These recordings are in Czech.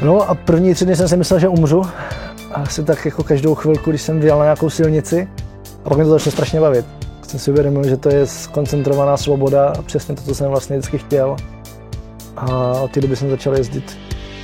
No a první 3 dny jsem si myslel, že umřu. Asi tak jako každou chvilku, když jsem vyjel na nějakou silnici. A pak mě to začalo strašně bavit. Jsem si uvědomil, že to je koncentrovaná svoboda a přesně to, co jsem vlastně vždycky chtěl. A od té doby jsem začal jezdit.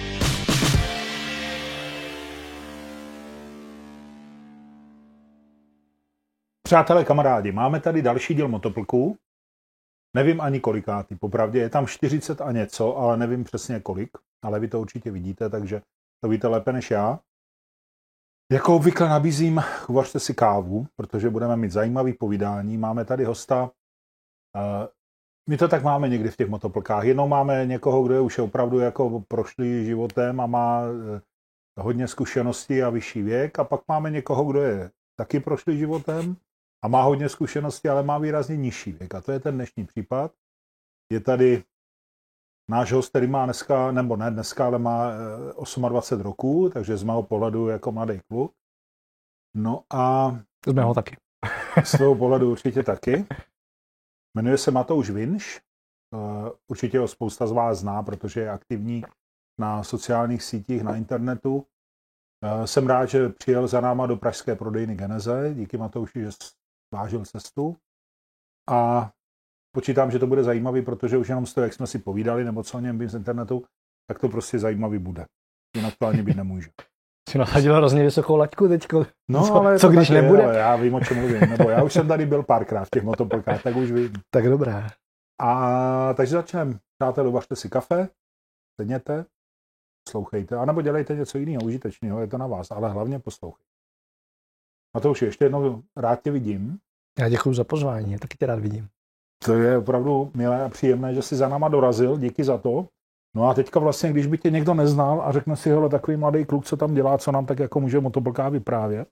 Přátelé, kamarádi, máme tady další díl Motoplků. Nevím ani kolikátý, popravdě je tam 40 a něco, ale nevím přesně kolik, ale vy to určitě vidíte, takže to víte lépe než já. Jako obvykle nabízím, uvařte si kávu, protože budeme mít zajímavý povídání. Máme tady hosta, my to tak máme někdy v těch motoplkách. Jednou máme někoho, kdo je už opravdu jako prošlý životem a má hodně zkušeností a vyšší věk, a pak máme někoho, kdo je taky prošlý životem a má hodně zkušeností, ale má výrazně nižší věk. A to je ten dnešní případ. Je tady náš host, který má dneska, nebo ne dneska, ale má 28 roků, takže z mého pohledu jako mladý kluk. No a... Z mého taky. Z svého pohledu určitě taky. Jmenuje se Matouš Vinš. Určitě ho spousta z vás zná, protože je aktivní na sociálních sítích, na internetu. Jsem rád, že přijel za náma do pražské prodejny Geneze. Díky Matouši, že vážil cestu. A počítám, že to bude zajímavý, protože už jenom z toho, jak jsme si povídali, nebo co o něm vím z internetu, tak to prostě zajímavý bude. Jinak to ani být nemůže. Jsi nasadil hrozně vysokou laťku teďko. No, ale co když nebude? Ale já vím, o čem mluvím. Nebo já už jsem tady byl párkrát v těch motoplkách, tak už vím. Tak dobré. A takže začneme. Přátelé, uvařte si kafe, sedněte, poslouchejte, anebo dělejte něco jiného, užitečného, je to na vás, ale hlavně poslouchejte. Matouši, ještě jednou rád tě vidím. Já děkuju za pozvání, taky tě rád vidím. To je opravdu milé a příjemné, že jsi za náma dorazil, díky za to. No a teďka vlastně, když by tě někdo neznal a řekne si, hele, takový mladý kluk, co tam dělá, co nám tak jako může motoplká vyprávět,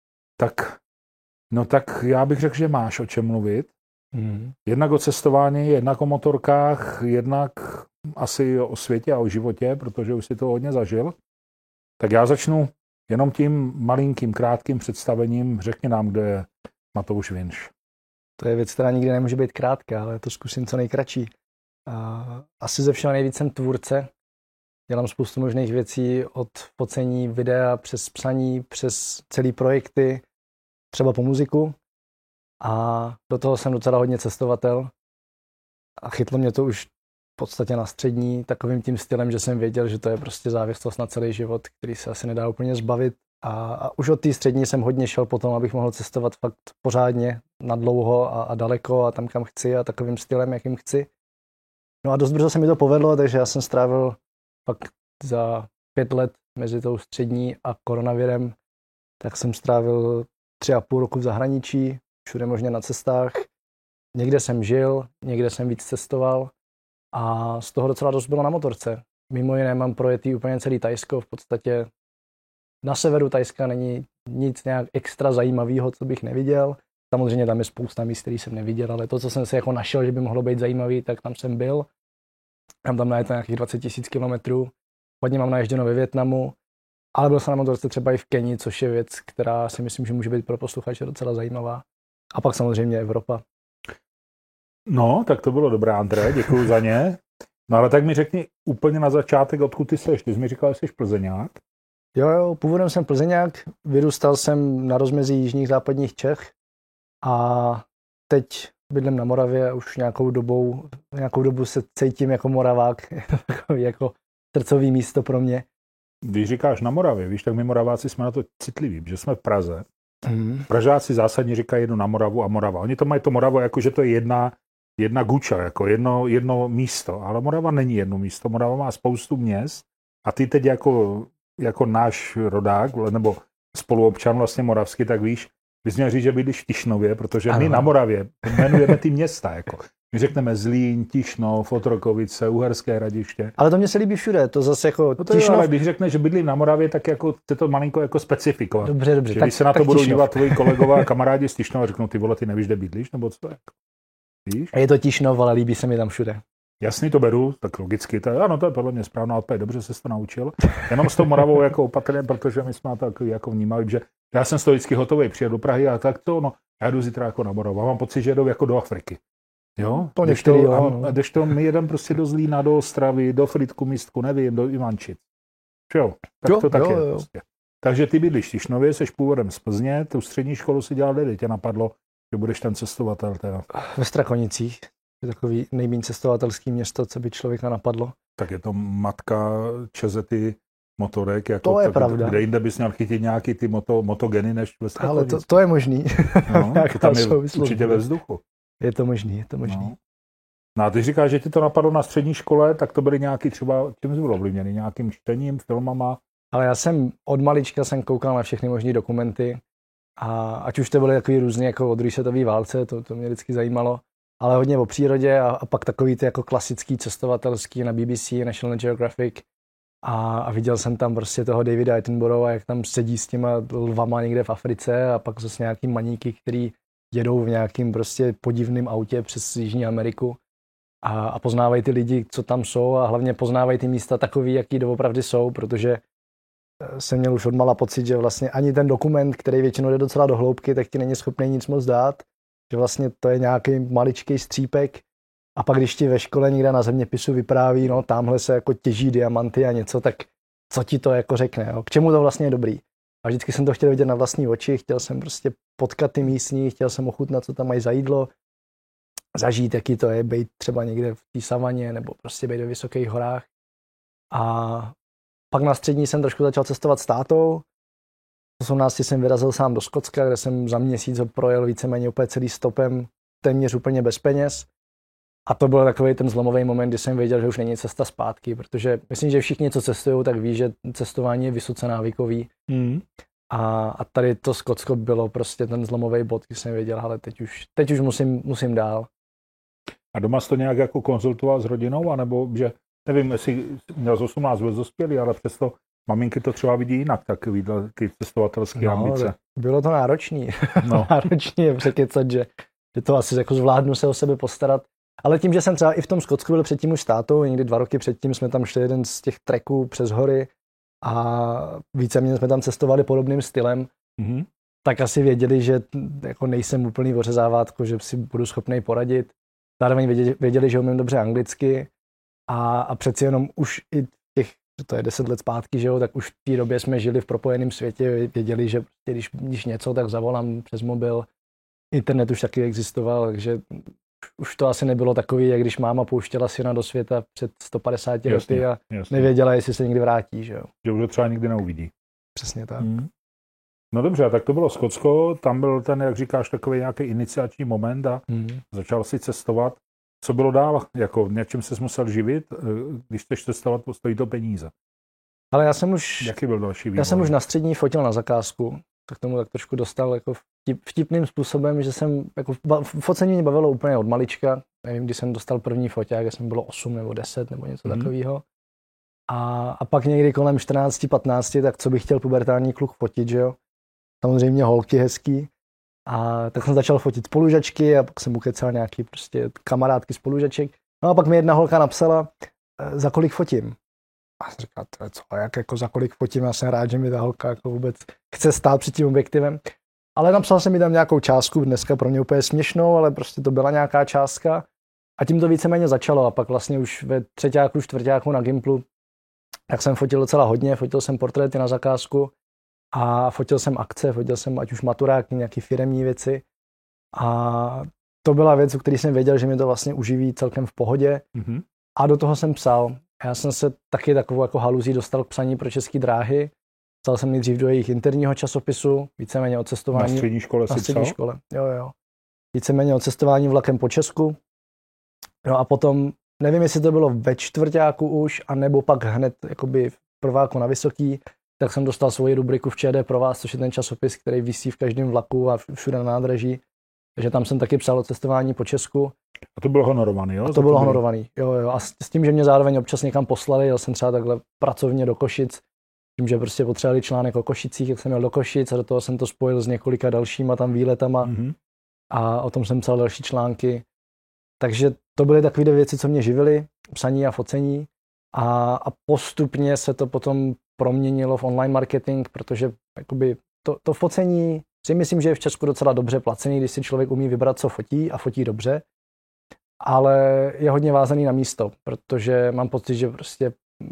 tak já bych řekl, že máš o čem mluvit. Jednak o cestování, jednak o motorkách, jednak asi o světě a o životě, protože už si to hodně zažil. Tak já začnu jenom tím malinkým, krátkým představením. Řekni nám, kdo je Matouš Vinš. To je věc, která nikdy nemůže být krátká, ale to zkusím co nejkratší. Asi ze všeho nejvíc jsem tvůrce. Dělám spoustu možných věcí, od focení videa, přes psaní, přes celý projekty, třeba po muziku. A do toho jsem docela hodně cestovatel. A chytlo mě to už v podstatě na střední takovým tím stylem, že jsem věděl, že to je prostě závislost na celý život, který se asi nedá úplně zbavit. A už od té střední jsem hodně šel po tom, abych mohl cestovat fakt pořádně, nadlouho a daleko a tam, kam chci a takovým stylem, jakým chci. No a dost brzo se mi to povedlo, takže já jsem strávil fakt za 5 let mezi tou střední a koronavirem, tak jsem strávil 3,5 roku v zahraničí, všude možně na cestách. Někde jsem žil, někde jsem víc cestoval a z toho docela dost bylo na motorce. Mimo jiné mám projetý úplně celý Thajsko, v podstatě na severu Thajska není nic nějak extra zajímavého, co bych neviděl. Samozřejmě tam je spousta míst, který jsem neviděl, ale to, co jsem si jako našel, že by mohlo být zajímavý, tak tam jsem byl. Tam najeto nějakých 20 000 kilometrů. Hodně mám naježděno ve Vietnamu, ale byl jsem na motorce třeba i v Keni, což je věc, která si myslím, že může být pro posluchače docela zajímavá. A pak samozřejmě Evropa. No, tak to bylo dobré, André, děkuju za ně. No ale tak mi řekni úplně na začátek, odkud ty seš. Ty jsi mi říkal, že jsi Plzeňák. Jo, původem jsem Plzeňák, vyrůstal jsem na rozmezí jižních západních Čech a teď bydlím na Moravě a už nějakou dobu se cítím jako Moravák, jako srdcový místo pro mě. Když říkáš na Moravě, víš, tak my Moraváci jsme na to citliví, že jsme v Praze. Pražáci zásadně říkají jednu na Moravu a Morava. Oni to mají to Moravu jako, že to je jedna guča, jako jedno místo. Ale Morava není jedno místo. Morava má spoustu měst a ty teď jako náš rodák, nebo spoluobčan vlastně moravský, tak víš, bys měl říct, že bydlíš v Tišnově, protože my na Moravě jmenujeme ty města. Jako. My řekneme Zlín, Tišnov, Otrokovice, Uherské Hradiště. Ale to mě se líbí všude, to zase jako no to Tišnov... Jo, ale když řekneš, že bydlím na Moravě, tak jako je to malinko jako specifikovat. Dobře. Že když se na to budou dívat tvoji kolegové a kamarádi z Tišnova, řeknou, ty vole, ty nevíš, kde bydlíš, nebo co to je? Víš? Je to Tišnov, ale líbí se mi tam všude. Jasný, to beru, tak logicky. Ano, to je podle mě správná odpověď, dobře se to naučil. Jenom s tou Moravou jako opatrně, protože my jsme to jako vnímali, že já jsem stoicky hotový, přijet do Prahy a tak to, no, já jdu zítra jako na Moravu. A mám pocit, že jedou jako do Afriky. Jo? Kdežto my jedeme prostě do Zlína, do Ostravy, do Frýdku, Místku, nevím, do Ivančic. Jo, tak jo, to tak jo, je. jo. Prostě. Takže ty bydlíš v Tišnově, jsi původem z Plzně, tu střední školu si dělal kde? Tě napadlo, že budeš ten cestovatel teda? Ve Strakonicích. Je takový nejméně cestovatelský město, co by člověka napadlo. Tak je to matka Čezety motorek. Jako to je pravda. Kde jinde bys měl chytit nějaký ty motogeny než ve Strakonicích? Ale to je možný. No, to tam je určitě ve vzduchu. Je to možný. No a ty říkáš, že ti to napadlo na střední škole, tak to byly nějaký třeba, čím jsi byl ovlivněný? Nějakým čtením, filmama? Ale já jsem od malička koukal na všechny možné dokumenty a ať už to byly takový různý jako o druhé světové válce, to mě vždycky zajímalo, ale hodně o přírodě a pak takový ty jako klasický cestovatelský na BBC, National Geographic a viděl jsem tam prostě toho Davida Attenborougha, jak tam sedí s těma lvama někde v Africe a pak zase nějaký maníky, který jedou v nějakým prostě podivným autě přes Jižní Ameriku a poznávají ty lidi, co tam jsou a hlavně poznávají ty místa takový, jaký doopravdy jsou, protože jsem měl už odmala pocit, že vlastně ani ten dokument, který většinou jde docela do hloubky, tak ti není schopný nic moc dát, že vlastně to je nějaký maličký střípek a pak když ti ve škole někde na zeměpisu vypráví, no tamhle se jako těží diamanty a něco, tak co ti to jako řekne, jo? K čemu to vlastně je dobrý. A vždycky jsem to chtěl vidět na vlastní oči, chtěl jsem prostě potkat ty místní, chtěl jsem ochutnat, co tam mají za jídlo, zažít, jaký to je, být třeba někde v té savaně nebo prostě být ve vysokých horách. A pak na střední jsem trošku začal cestovat s tátou. V 18 jsem vyrazil sám do Skotska, kde jsem za měsíc ho projel víceméně úplně celý stopem, téměř úplně bez peněz. A to byl takový ten zlomový moment, kdy jsem věděl, že už není cesta zpátky, protože myslím, že všichni, co cestují, tak ví, že cestování je vysoce návykový. A tady to Skotsko bylo prostě ten zlomový bod, kdy jsem věděl, ale teď už musím dál. A doma jsi to nějak jako konzultoval s rodinou, anebo že, nevím, jestli měl z 18 let dospělý, ale přesto maminky to třeba vidí jinak, takovýhle ty cestovatelské ambice. Bylo to náročný. Náročný je překecat, že to asi jako zvládnu se o sebe postarat. Ale tím, že jsem třeba i v tom Skotsku byl předtím už s tátou, někdy 2 roky předtím jsme tam šli jeden z těch treků přes hory a víceméně jsme tam cestovali podobným stylem, tak asi věděli, že jako nejsem úplný ořezávátko, že si budu schopný poradit. Zároveň věděli, že umím dobře anglicky a přeci jenom už i těch, to je 10 let zpátky, že jo, tak už v té době jsme žili v propojeném světě, věděli, že když něco, tak zavolám přes mobil. Internet už taky existoval, takže už to asi nebylo takový, jak když máma pouštěla syna do světa před 150 lety a nevěděla, jestli se někdy vrátí, že jo. Že už to třeba nikdy neuvidí. Přesně tak. No dobře, tak to bylo Skotsko, tam byl ten, jak říkáš, takový nějaký iniciační moment a začal si cestovat. Co bylo dál? Jako něčím ses musel živit, když chceš cestovat, stojí to peníze. Ale já jsem už... Jaký byl další vývoj? Já jsem už na střední fotil na zakázku, tak tomu tak trošku dostal jako vtipným způsobem, že jsem, jako focení mě bavilo úplně od malička. Nevím, když jsem dostal první foťák, já jsem bylo 8 nebo 10 nebo něco takového. A pak někdy kolem 14-15, tak co bych chtěl pubertální kluk fotit, že jo? Samozřejmě holky hezký. A tak jsem začal fotit spolužačky a pak jsem ukecal nějaký prostě kamarádky spolužaček. No a pak mi jedna holka napsala, za kolik fotím. A jsem říkal, jak jako za kolik fotím, já jsem rád, že mi ta holka jako vůbec chce stát před tím objektivem. Ale napsal jsem mi tam nějakou částku, dneska pro mě úplně směšnou, ale prostě to byla nějaká částka. A tím to víceméně začalo. A pak vlastně už ve 3., 4. na Gimplu, tak jsem fotil docela hodně, fotil jsem portréty na zakázku a fotil jsem akce, fotil jsem ať už maturáky, nějaký firemní věci. A to byla věc, o které jsem věděl, že mi to vlastně uživí celkem v pohodě. A do toho jsem psal. Já jsem se taky takovou jako haluzí dostal k psaní pro České dráhy. Psal jsem nejdřív do jejich interního časopisu, víceméně o cestování. Na střední škole si psal? Na střední škole, jo. Víceméně o cestování vlakem po Česku. No a potom, nevím, jestli to bylo ve 4. už, anebo pak hned jakoby v 1. na vysoký, tak jsem dostal svoji rubriku v ČD pro vás, což je ten časopis, který visí v každém vlaku a všude na nádraží. Takže tam jsem taky psal o cestování po Česku. A to bylo honorovaný, jo? A to bylo honorovaný, jo. A s tím, že mě zároveň občas někam poslali, jel jsem třeba takhle pracovně do Košic, tím, že prostě potřebovali článek o Košicích, jak jsem jel do Košic a do toho jsem to spojil s několika dalšíma tam výletama a o tom jsem psal další články. Takže to byly takové věci, co mě živily, psaní a focení a postupně se to potom proměnilo v online marketing, protože jakoby to focení si myslím, že je v Česku docela dobře placený, když si člověk umí vybrat, co fotí a fotí dobře, ale je hodně vázaný na místo, protože mám pocit, že prostě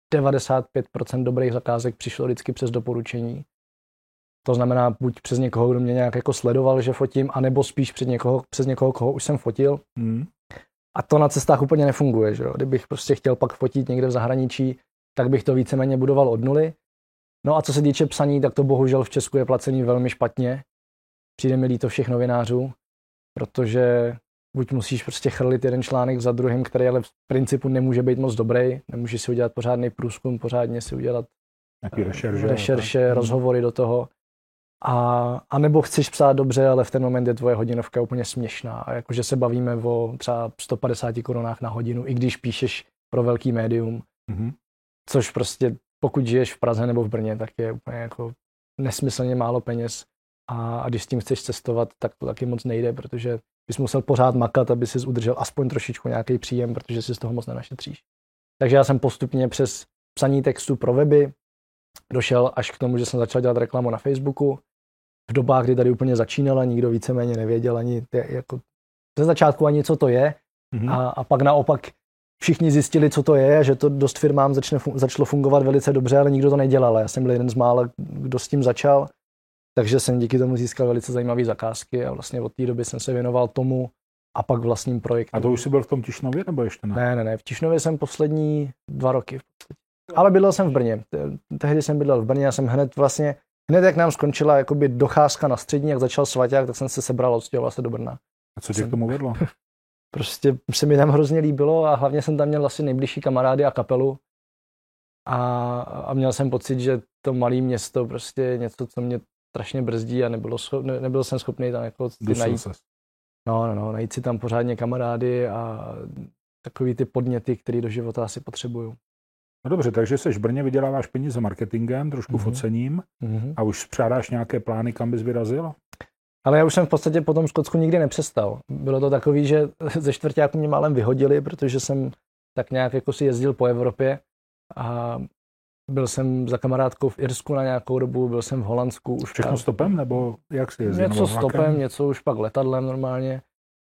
95% dobrých zakázek přišlo vždycky přes doporučení. To znamená buď přes někoho, kdo mě nějak jako sledoval, že fotím, anebo spíš přes někoho, koho už jsem fotil. A to na cestách úplně nefunguje. Že jo? Kdybych prostě chtěl pak fotit někde v zahraničí, tak bych to víceméně budoval od nuly. No a co se týče psaní, tak to bohužel v Česku je placený velmi špatně. Přijde mi líto všech novinářů, protože buď musíš prostě chrlit jeden článek za druhým, který ale v principu nemůže být moc dobrý, nemůžeš si udělat pořádný průzkum, pořádně si udělat rešerše, rozhovory do toho. A nebo chceš psát dobře, ale v ten moment je tvoje hodinovka úplně směšná. A jakože se bavíme o třeba 150 korunách na hodinu, i když píšeš pro velký médium, což prostě pokud žiješ v Praze nebo v Brně, tak je úplně jako nesmyslně málo peněz. A když s tím chceš cestovat, tak to taky moc nejde, protože bys musel pořád makat, aby si udržel aspoň trošičku nějaký příjem, protože si z toho moc nenašetříš. Takže já jsem postupně přes psaní textu pro weby došel až k tomu, že jsem začal dělat reklamu na Facebooku. V dobách, kdy tady úplně začínala, nikdo víceméně nevěděl ani jako ze začátku ani, co to je. A pak naopak všichni zjistili, co to je, že to dost firmám začalo fungovat velice dobře, ale nikdo to nedělal. Já jsem byl jeden z mála, kdo s tím začal. Takže jsem díky tomu získal velice zajímavé zakázky a vlastně od té doby jsem se věnoval tomu a pak vlastním projektu. A to už jsi byl v tom Tišnově nebo ještě ne? Ne. V Tišnově jsem poslední 2 roky. Ale bydlel jsem v Brně. Tehdy jsem bydlel v Brně a jsem hned jak nám skončila jakoby docházka na střední, jak začal svaťák, tak jsem se sebral a odstěhoval se do Brna. A co tě k tomu vedlo? Prostě se mi tam hrozně líbilo a hlavně jsem tam měl asi nejbližší kamarády a kapelu. A měl jsem pocit, že to malé město prostě je něco, co mě strašně brzdí a nebyl jsem schopný tam jako najít. Najít si tam pořádně kamarády a takový ty podněty, které do života asi potřebuju. No dobře, takže seš v Brně, vyděláváš peníze marketingem, trošku focením a už spřádáš nějaké plány, kam bys vyrazil? Ale já už jsem v podstatě po tom Skotsku nikdy nepřestal. Bylo to takový, že ze čtvrťáku mě málem vyhodili, protože jsem tak nějak jako si jezdil po Evropě a byl jsem za kamarádkou v Irsku na nějakou dobu, byl jsem v Holandsku. Už všechno stopem, nebo jak si jezdil? Něco stopem, něco už pak letadlem normálně.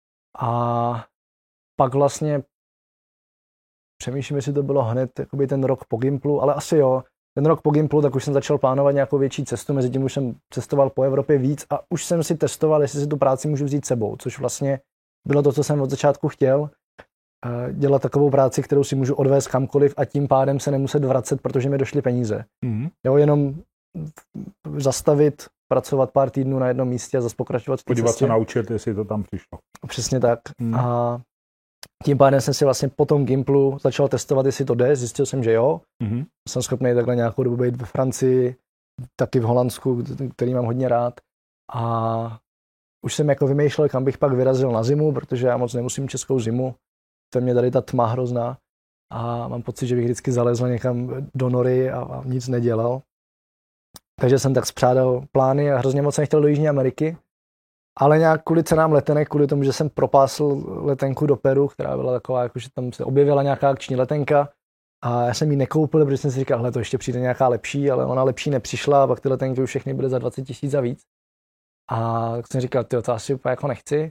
A pak vlastně přemýšlím, jestli to bylo hned jakoby ten rok po Gimplu, ale asi jo. Ten rok po Gimplu, tak už jsem začal plánovat nějakou větší cestu, mezi tím už jsem cestoval po Evropě víc a už jsem si testoval, jestli si tu práci můžu vzít sebou, což vlastně bylo to, co jsem od začátku chtěl. Dělat takovou práci, kterou si můžu odvést kamkoliv a tím pádem se nemuset vracet, protože mi došly peníze. Jo, jenom zastavit, pracovat pár týdnů na jednom místě a zase pokračovat v té podívat cestě. se naučit, jestli to tam přišlo. Přesně tak. A tím pádem jsem si vlastně po tom Gimplu začal testovat, jestli to jde. Zjistil jsem, že jo. Jsem schopný takhle nějakou dobu být ve Francii, taky v Holandsku, který mám hodně rád. A už jsem jako vymýšlel, kam bych pak vyrazil na zimu, protože já moc nemusím českou zimu. To mě tady ta tma hrozná. A mám pocit, že bych vždycky zalezl někam do nory a nic nedělal. Takže jsem tak spřádal plány a hrozně moc jsem chtěl do Jižní Ameriky. Ale nějak kvůli cenám letenek, kvůli tomu, že jsem propásl letenku do Peru, která byla taková, jako že tam se objevila nějaká akční letenka a já jsem ji nekoupil, protože jsem si říkal, hele, to ještě přijde nějaká lepší, ale ona lepší nepřišla a pak ty letenky už všechny byly za 20 000 a víc. A tak jsem říkal, to asi úplně jako nechci.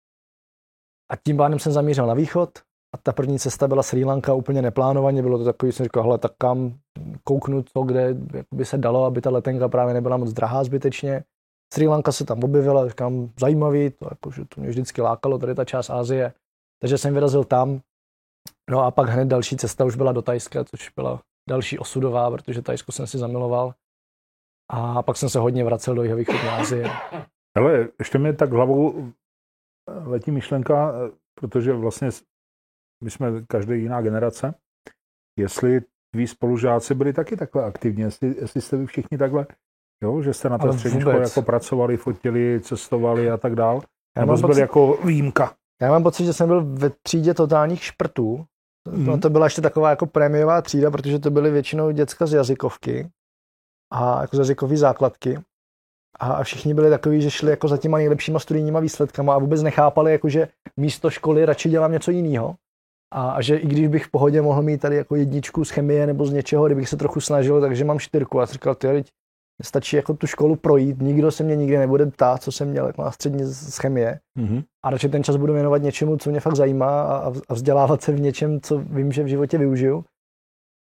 A tím pádem jsem zamířil na východ a ta první cesta byla Srí Lanka úplně neplánovaně, bylo to takový, jsem říkal, hele, tak kam kouknu to, kde by se dalo, aby ta letenka právě nebyla moc drahá zbytečně. Srí Lanka se tam objevila, říkám, zajímavý, to, jako, že to mě vždycky lákalo, tady ta část Asie. Takže jsem vyrazil tam. No a pak hned další cesta už byla do Thajska, což byla další osudová, protože Thajsko jsem si zamiloval. A pak jsem se hodně vracel do jihovýchodní Asie. Hele, ještě mi tak hlavou letí myšlenka, protože vlastně my jsme každý jiná generace. Jestli tví spolužáci byli taky takhle aktivní, jestli jste vy všichni takhle, jo, že jste na té střední škole jako pracovali, fotili, cestovali a tak dál. Nebo jsi byl jako výjimka? Já mám pocit, že jsem byl ve třídě totálních šprtů. No, to byla ještě taková jako prémiová třída, protože to byly většinou děcka z jazykovky a jako z jazykové základky. A všichni byli takový, že šli jako za těma nejlepšíma studijníma výsledkama a vůbec nechápali, jako, že místo školy radši dělám něco jiného. A že i když bych v pohodě mohl mít tady jako 1 z chemie nebo z něčeho, kdybych se trochu snažil, takže mám 4. A jsem říkal, stačí jako tu školu projít, nikdo se mě nikdy nebude ptát, co jsem měl jako na střední z chemie. A radši ten čas budu věnovat něčemu, co mě fakt zajímá a vzdělávat se v něčem, co vím, že v životě využiju.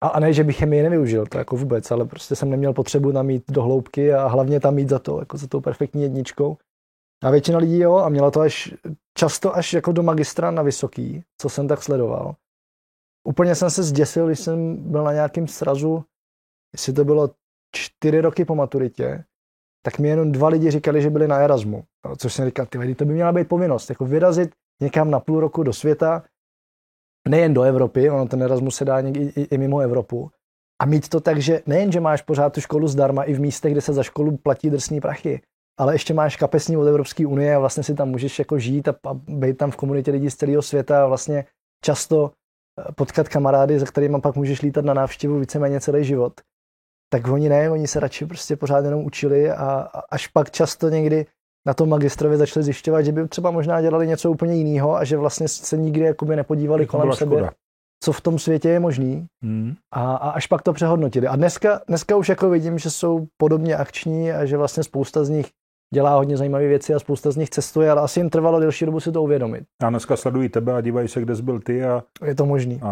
A ne, že bych chemii nevyužil, to jako vůbec, ale prostě jsem neměl potřebu tam jít do hloubky a hlavně tam jít za tou perfektní jedničkou. A většina lidí jo, a měla to často až jako do magistra na vysoký, co jsem tak sledoval. Úplně jsem se zděsil, když jsem byl na nějakém srazu, jestli to bylo 4 roky po maturitě, tak mi jenom 2 lidi říkali, že byli na Erasmu. Což jsem říkal, to by měla být povinnost, jako vyrazit někam na půl roku do světa, nejen do Evropy, ono ten Erasmus se dá i mimo Evropu, a mít to tak, že nejen, že máš pořád tu školu zdarma i v místech, kde se za školu platí drsný prachy, ale ještě máš kapesní od Evropské unie a vlastně si tam můžeš jako žít a být tam v komunitě lidí z celého světa a vlastně často potkat kamarády, za kterými pak můžeš lítat na návštěvu víceméně celý život. Tak oni se radši prostě pořád jenom učili a až pak často někdy na tom magistrově začali zjišťovat, že by třeba možná dělali něco úplně jiného a že vlastně se nikdy jakoby nepodívali kolem sebe, co v tom světě je možný. A až pak to přehodnotili. A dneska už jako vidím, že jsou podobně akční a že vlastně spousta z nich dělá hodně zajímavé věci a spousta z nich cestuje, ale asi jim trvalo delší dobu si to uvědomit. A dneska sledují tebe a dívají se, kde jsi byl ty a... Je to možný.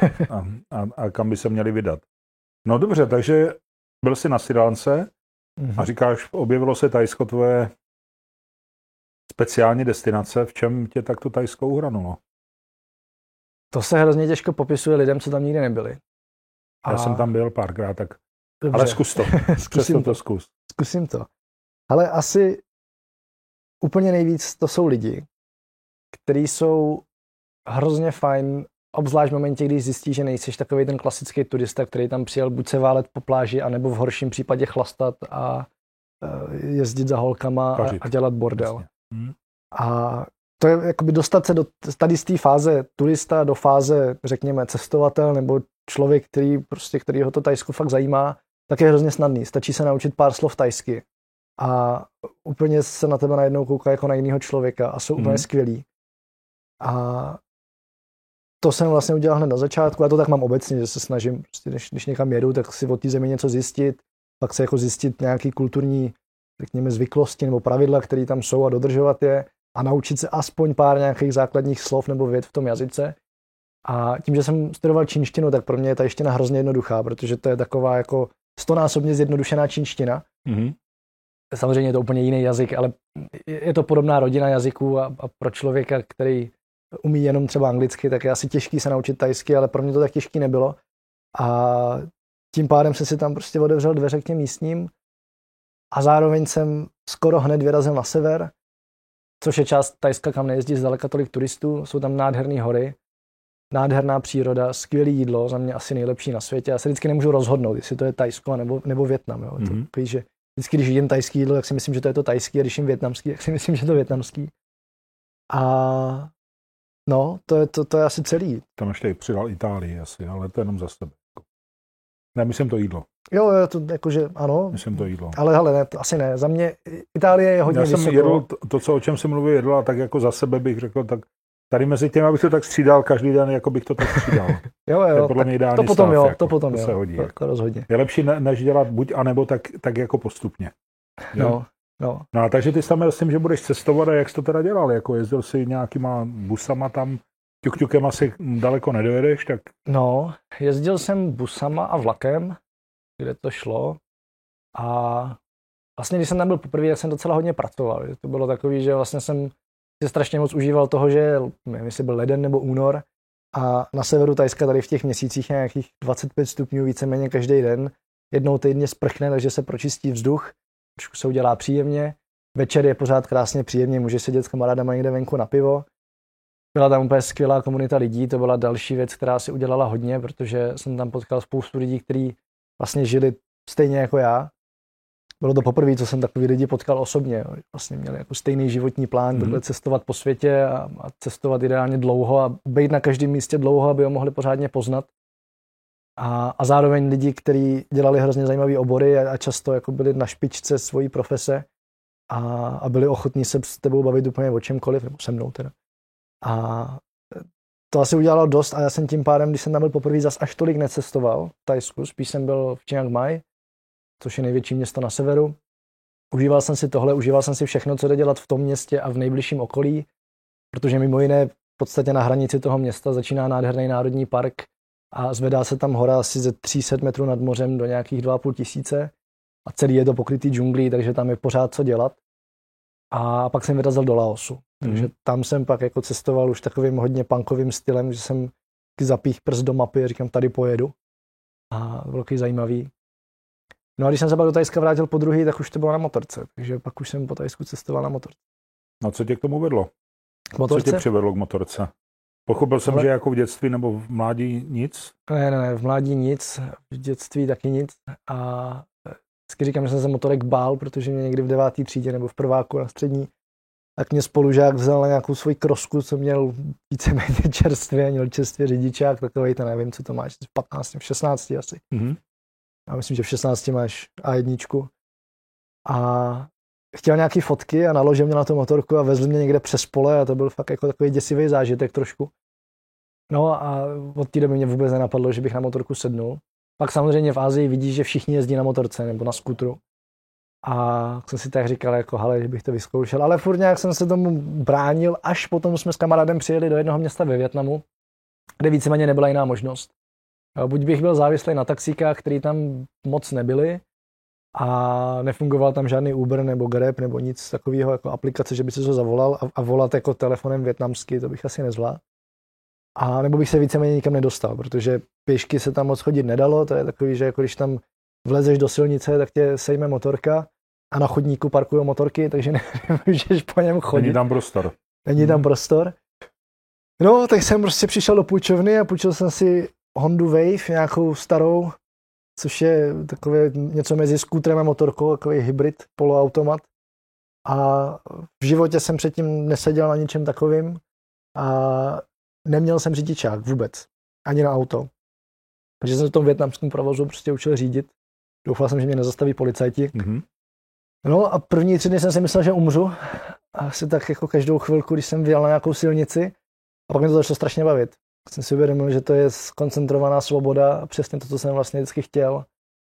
A kam by se měli vydat. No dobře, takže byl jsi na Srí Lance a říkáš, objevilo se Thajsko, tvoje speciální destinace. V čem tě tak to Thajsko uhranulo? To se hrozně těžko popisuje lidem, co tam nikdy nebyli. Já jsem tam byl párkrát, tak... Dobře. Ale zkus to. Zkusím to. Ale asi úplně nejvíc to jsou lidi, kteří jsou hrozně fajn, obzvlášť v momentě, když zjistí, že nejsiš takový ten klasický turista, který tam přijel buď se válet po pláži, anebo v horším případě chlastat a jezdit za holkama a dělat bordel. A to je jakoby dostat se do tady z té fáze turista do fáze, řekněme, cestovatel nebo člověk, kterýho to Thajsko fakt zajímá, tak je hrozně snadný. Stačí se naučit pár slov thajsky a úplně se na tebe najednou kouká jako na jiného člověka a jsou úplně skvělí. A to jsem vlastně udělal hned na začátku. Já to tak mám obecně, že se snažím, prostě, když někam jedu, tak si o té zemi něco zjistit, pak se jako zjistit nějaký kulturní, řekněme, zvyklosti nebo pravidla, které tam jsou a dodržovat je a naučit se aspoň pár nějakých základních slov nebo vět v tom jazyce. A tím, že jsem studoval čínštinu, tak pro mě je ta čeština hrozně jednoduchá, protože to je taková jako 100násobně zjednodušená čínština. Samozřejmě je to úplně jiný jazyk, ale je to podobná rodina jazyků a pro člověka, který umí jenom třeba anglicky, tak je asi těžký se naučit thajsky, ale pro mě to tak těžký nebylo. A tím pádem jsem si tam prostě otevřel dveře k těm místním a zároveň jsem skoro hned vyrazil na sever, což je část Thajska, kam nejezdí zdaleka tolik turistů. Jsou tam nádherné hory, nádherná příroda, skvělé jídlo, za mě asi nejlepší na světě. Já se vždycky nemůžu rozhodnout, jestli to je Thajsko nebo Vietnam. Jo. To, že vždycky, když jím thajský jídlo, tak si myslím, že to je to thajský, a když jím vietnamský, tak si myslím, že to je vietnamský. A no, to je asi celý. Tam ještě přidal Itálii asi, ale to jenom za sebe. Ne, myslím to jídlo. Jo, to jakože ano. Myslím to jídlo. Ale hele, ne, to asi ne. Za mě Itálie je hodně vysoko. Já jsem jedl to, o čem jsem mluvil, jedl, a tak jako za sebe bych řekl, tak tady mezi těmi, abych to tak střídal každý den, jako bych to tak střídal. jo, podle mě ideální to potom stav, jo, jako, to potom se hodí. To jako rozhodně. Je lepší, než dělat buď a nebo tak jako postupně. No. No a takže ty jsi tam měl s tím, že budeš cestovat, a jak jsi to teda dělal? Jako jezdil jsi nějakýma busama tam, ťuk-ťukem asi daleko nedojedeš, tak... No, jezdil jsem busama a vlakem, kde to šlo, a vlastně, když jsem tam byl poprvé, tak jsem docela hodně pracoval. To bylo takový, že vlastně jsem si strašně moc užíval toho, že nevím, jestli byl leden nebo únor a na severu Thajska tady v těch měsících nějakých 25 stupňů víceméně každý den. Jednou týdně sprchne, takže se pročistí vzduch, trošku se udělá příjemně. Večer je pořád krásně příjemně, můžeš sedět s kamarádama někde venku na pivo. Byla tam úplně skvělá komunita lidí, to byla další věc, která si udělala hodně, protože jsem tam potkal spoustu lidí, kteří vlastně žili stejně jako já. Bylo to poprvé, co jsem takový lidi potkal osobně. Vlastně měli jako stejný životní plán, takhle cestovat po světě a cestovat ideálně dlouho a být na každém místě dlouho, aby ho mohli pořádně poznat. A zároveň lidi, kteří dělali hrozně zajímavé obory a často jako byli na špičce svojí profese a byli ochotní se s tebou bavit úplně o čemkoliv, nebo se mnou teda. A to asi udělalo dost a já jsem tím pádem, když jsem tam byl poprvé, zas až tolik necestoval v Thajsku, spíš jsem byl v Chiang Mai, což je největší město na severu. Užíval jsem si tohle, užíval jsem si všechno, co jde dělat v tom městě a v nejbližším okolí, protože mimo jiné v podstatě na hranici toho města začíná nádherný národní park, a zvedá se tam hora asi ze 300 metrů nad mořem do nějakých 2,5 tisíce a celý je to pokrytý džunglí, takže tam je pořád co dělat. A pak jsem vyrazil do Laosu. Takže tam jsem pak jako cestoval už takovým hodně punkovým stylem, že jsem zapích prst do mapy a říkám, tady pojedu. A bylo taky zajímavý. No a když jsem se pak do Thajska vrátil po druhý, tak už to bylo na motorce. Takže pak už jsem po Thajsku cestoval na motorce. No co tě k tomu vedlo? Co tě přivedlo k motorce? Pochopil jsem, že jako v dětství nebo v mládí nic? Ne, v mládí nic, v dětství taky nic. A vždycky říkám, že jsem se motorek bál, protože mě někdy v 9. třídě nebo v prváku na střední, tak mě spolužák vzal na nějakou svoji krosku, co měl víceméně čerstvě, měl čerstvě řidičák, takovej, to nevím, co to máš, v 15, v 16 asi. Já myslím, že v 16 máš A1. A chtěl nějaký fotky a naložil mě na tu motorku a vezl mě někde přes pole a to byl fakt jako takový děsivý zážitek trošku. No a od té doby mě vůbec nenapadlo, že bych na motorku sednul. Pak samozřejmě v Asii vidíš, že všichni jezdí na motorce nebo na skútru. A jsem si tak říkal, jako hele, že bych to vyzkoušel. Ale furt nějak jsem se tomu bránil, až potom jsme s kamarádem přijeli do jednoho města ve Vietnamu, kde víceméně nebyla jiná možnost. Buď bych byl závislý na taxíkách, které tam moc nebyly, a nefungoval tam žádný Uber nebo Grab nebo nic takového jako aplikace, že by se to zavolal a volat jako telefonem vietnamsky, to bych asi nezvládl. A nebo bych se víceméně nikam nedostal, protože pěšky se tam moc chodit nedalo, to je takový, že jako když tam vlezeš do silnice, tak tě sejme motorka a na chodníku parkují motorky, takže nemůžeš po něm chodit. Není tam prostor. No, tak jsem prostě přišel do půjčovny a půjčil jsem si Hondu Wave, nějakou starou, což je takové něco mezi skútrem a motorkou, takový hybrid, poloautomat. A v životě jsem předtím neseděl na ničem takovým a neměl jsem řidičák vůbec, ani na auto. Takže jsem v tom vietnamském provozu prostě učil řídit. Doufal jsem, že mě nezastaví policajti. No a první 3 dny jsem si myslel, že umřu. Asi tak jako každou chvilku, když jsem vyjel na nějakou silnici. A pak mě to začalo strašně bavit. Jsem si uvědomil, že to je koncentrovaná svoboda a přesně to, co jsem vlastně vždycky chtěl.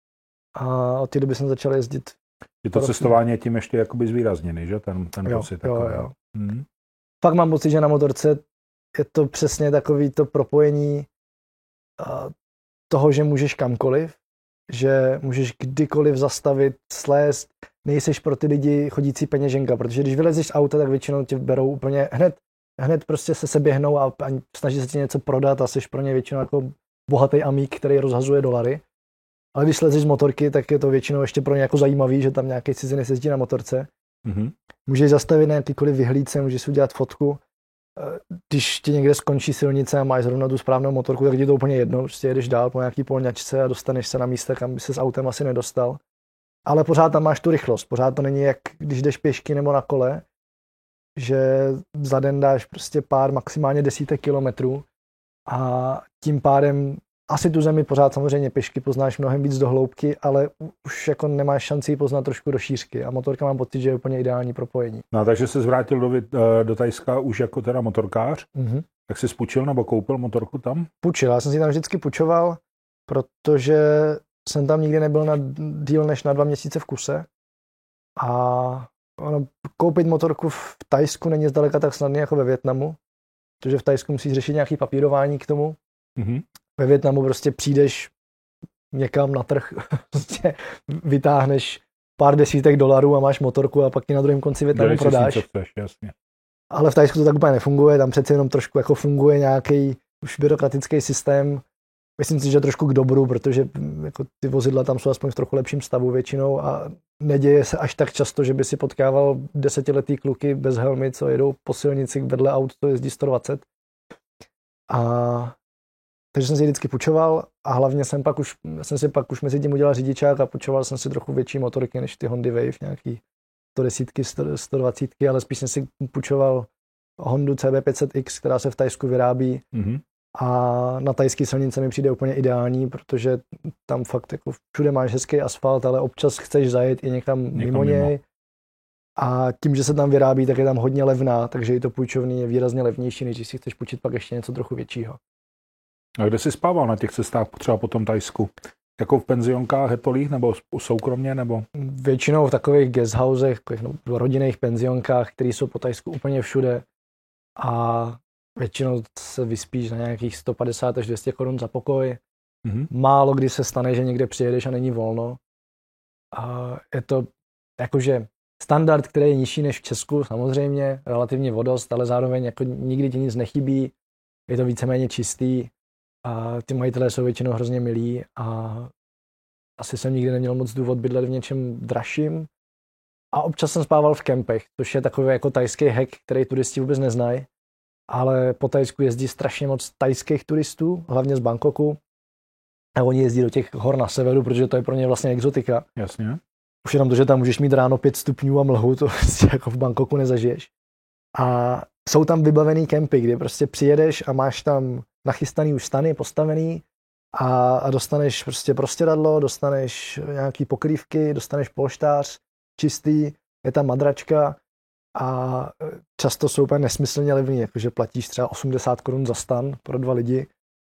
A od té doby jsem začal jezdit. Je to cestování je tím ještě jakoby zvýrazněný, že? Ten pocit. Jo. Fakt mám pocit, že na motorce je to přesně takový to propojení toho, že můžeš kamkoliv, že můžeš kdykoliv zastavit, slézt, nejseš pro ty lidi chodící peněženka, protože když vylezeš z auta, tak většinou tě berou úplně hned prostě se běhnou a snaží se ti něco prodat a jsi pro ně většinou jako bohatý amík, který rozhazuje dolary. Ale když slezeš z motorky, tak je to většinou ještě pro ně jako zajímavý, že tam nějaký cizinec jezdí na motorce. Můžeš zastavit na jakýkoliv vyhlídce, můžeš si udělat fotku. Když ti někde skončí silnice a máš zrovna tu správnou motorku, tak ti to úplně jedno, prostě jedeš dál po nějaký polňačce a dostaneš se na místa, kam by se s autem asi nedostal. Ale pořád tam máš tu rychlost, pořád to není jak když jdeš pěšky nebo na kole, že za den dáš prostě pár, maximálně desítek kilometrů a tím pádem asi tu zemi pořád samozřejmě pěšky poznáš mnohem víc do hloubky, ale už jako nemáš šanci ji poznat trošku do šířky a motorka mám pocit, že je úplně ideální propojení. No takže se zvrátil do Thajska už jako teda motorkář, tak jsi půjčil nebo koupil motorku tam? Půjčil, já jsem si tam vždycky půjčoval, protože jsem tam nikdy nebyl na díl než na 2 měsíce v kuse a koupit motorku v Thajsku není zdaleka tak snadné jako ve Vietnamu, protože v Thajsku musíš řešit nějaké papírování k tomu. Ve Vietnamu prostě přijdeš někam na trh, prostě vytáhneš pár desítek dolarů a máš motorku a pak ti na druhém konci Vietnamu prodáš. Chceš, jasně. Ale v Thajsku to tak úplně nefunguje, tam přece jenom trošku jako funguje nějaký už byrokratický systém. Myslím si, že trošku k dobru, protože jako ty vozidla tam jsou aspoň v trochu lepším stavu většinou a neděje se až tak často, že by si potkával 10letý kluky bez helmy, co jedou po silnici vedle aut, to jezdí 120. Takže jsem si vždycky půjčoval a hlavně jsem si pak už mezi tím udělal řidičák a půjčoval jsem si trochu větší motorky než ty Hondy Wave, nějaký 110, 120, ale spíš jsem si půjčoval Hondu CB500X, která se v Thajsku vyrábí. A na thajské silnice mi přijde úplně ideální, protože tam fakt jako všude máš hezký asfalt, ale občas chceš zajet i někam mimo něj. A tím, že se tam vyrábí, tak je tam hodně levná, takže i to půjčovný je výrazně levnější, než když si chceš půjčit pak ještě něco trochu většího. A kde jsi spával na těch cestách třeba po tom Thajsku? Jako v penzionkách, hetolích, nebo soukromně, nebo? Většinou v takových guesthousech, rodinných penzionkách, které jsou po Thajsku úplně všude. A Většinou se vyspíš na nějakých 150 až 200 korun za pokoj. Málo kdy se stane, že někde přijedeš a není volno. A je to jakože standard, který je nižší než v Česku, samozřejmě, relativně vodost, ale zároveň jako nikdy ti nic nechybí, je to víceméně čistý a ty majitelé jsou většinou hrozně milí a asi jsem nikdy neměl moc důvod bydlet v něčem dražším. A občas jsem spával v kempech, což je takový jako tajský hack, který turisti vůbec neznají, ale po Tajsku jezdí strašně moc tajských turistů, hlavně z Bangkoku. A oni jezdí do těch hor na severu, protože to je pro ně vlastně exotika. Jasně. Už jenom to, že tam můžeš mít ráno 5 stupňů a mlhu, to prostě jako v Bangkoku nezažiješ. A jsou tam vybavený kempy, kdy prostě přijedeš a máš tam nachystaný už stany, postavený a dostaneš prostě prostěradlo, dostaneš nějaký pokrývky, dostaneš polštář čistý, je tam madračka a často jsou úplně nesmyslně levný, jakože platíš třeba 80 korun za stan pro 2 lidi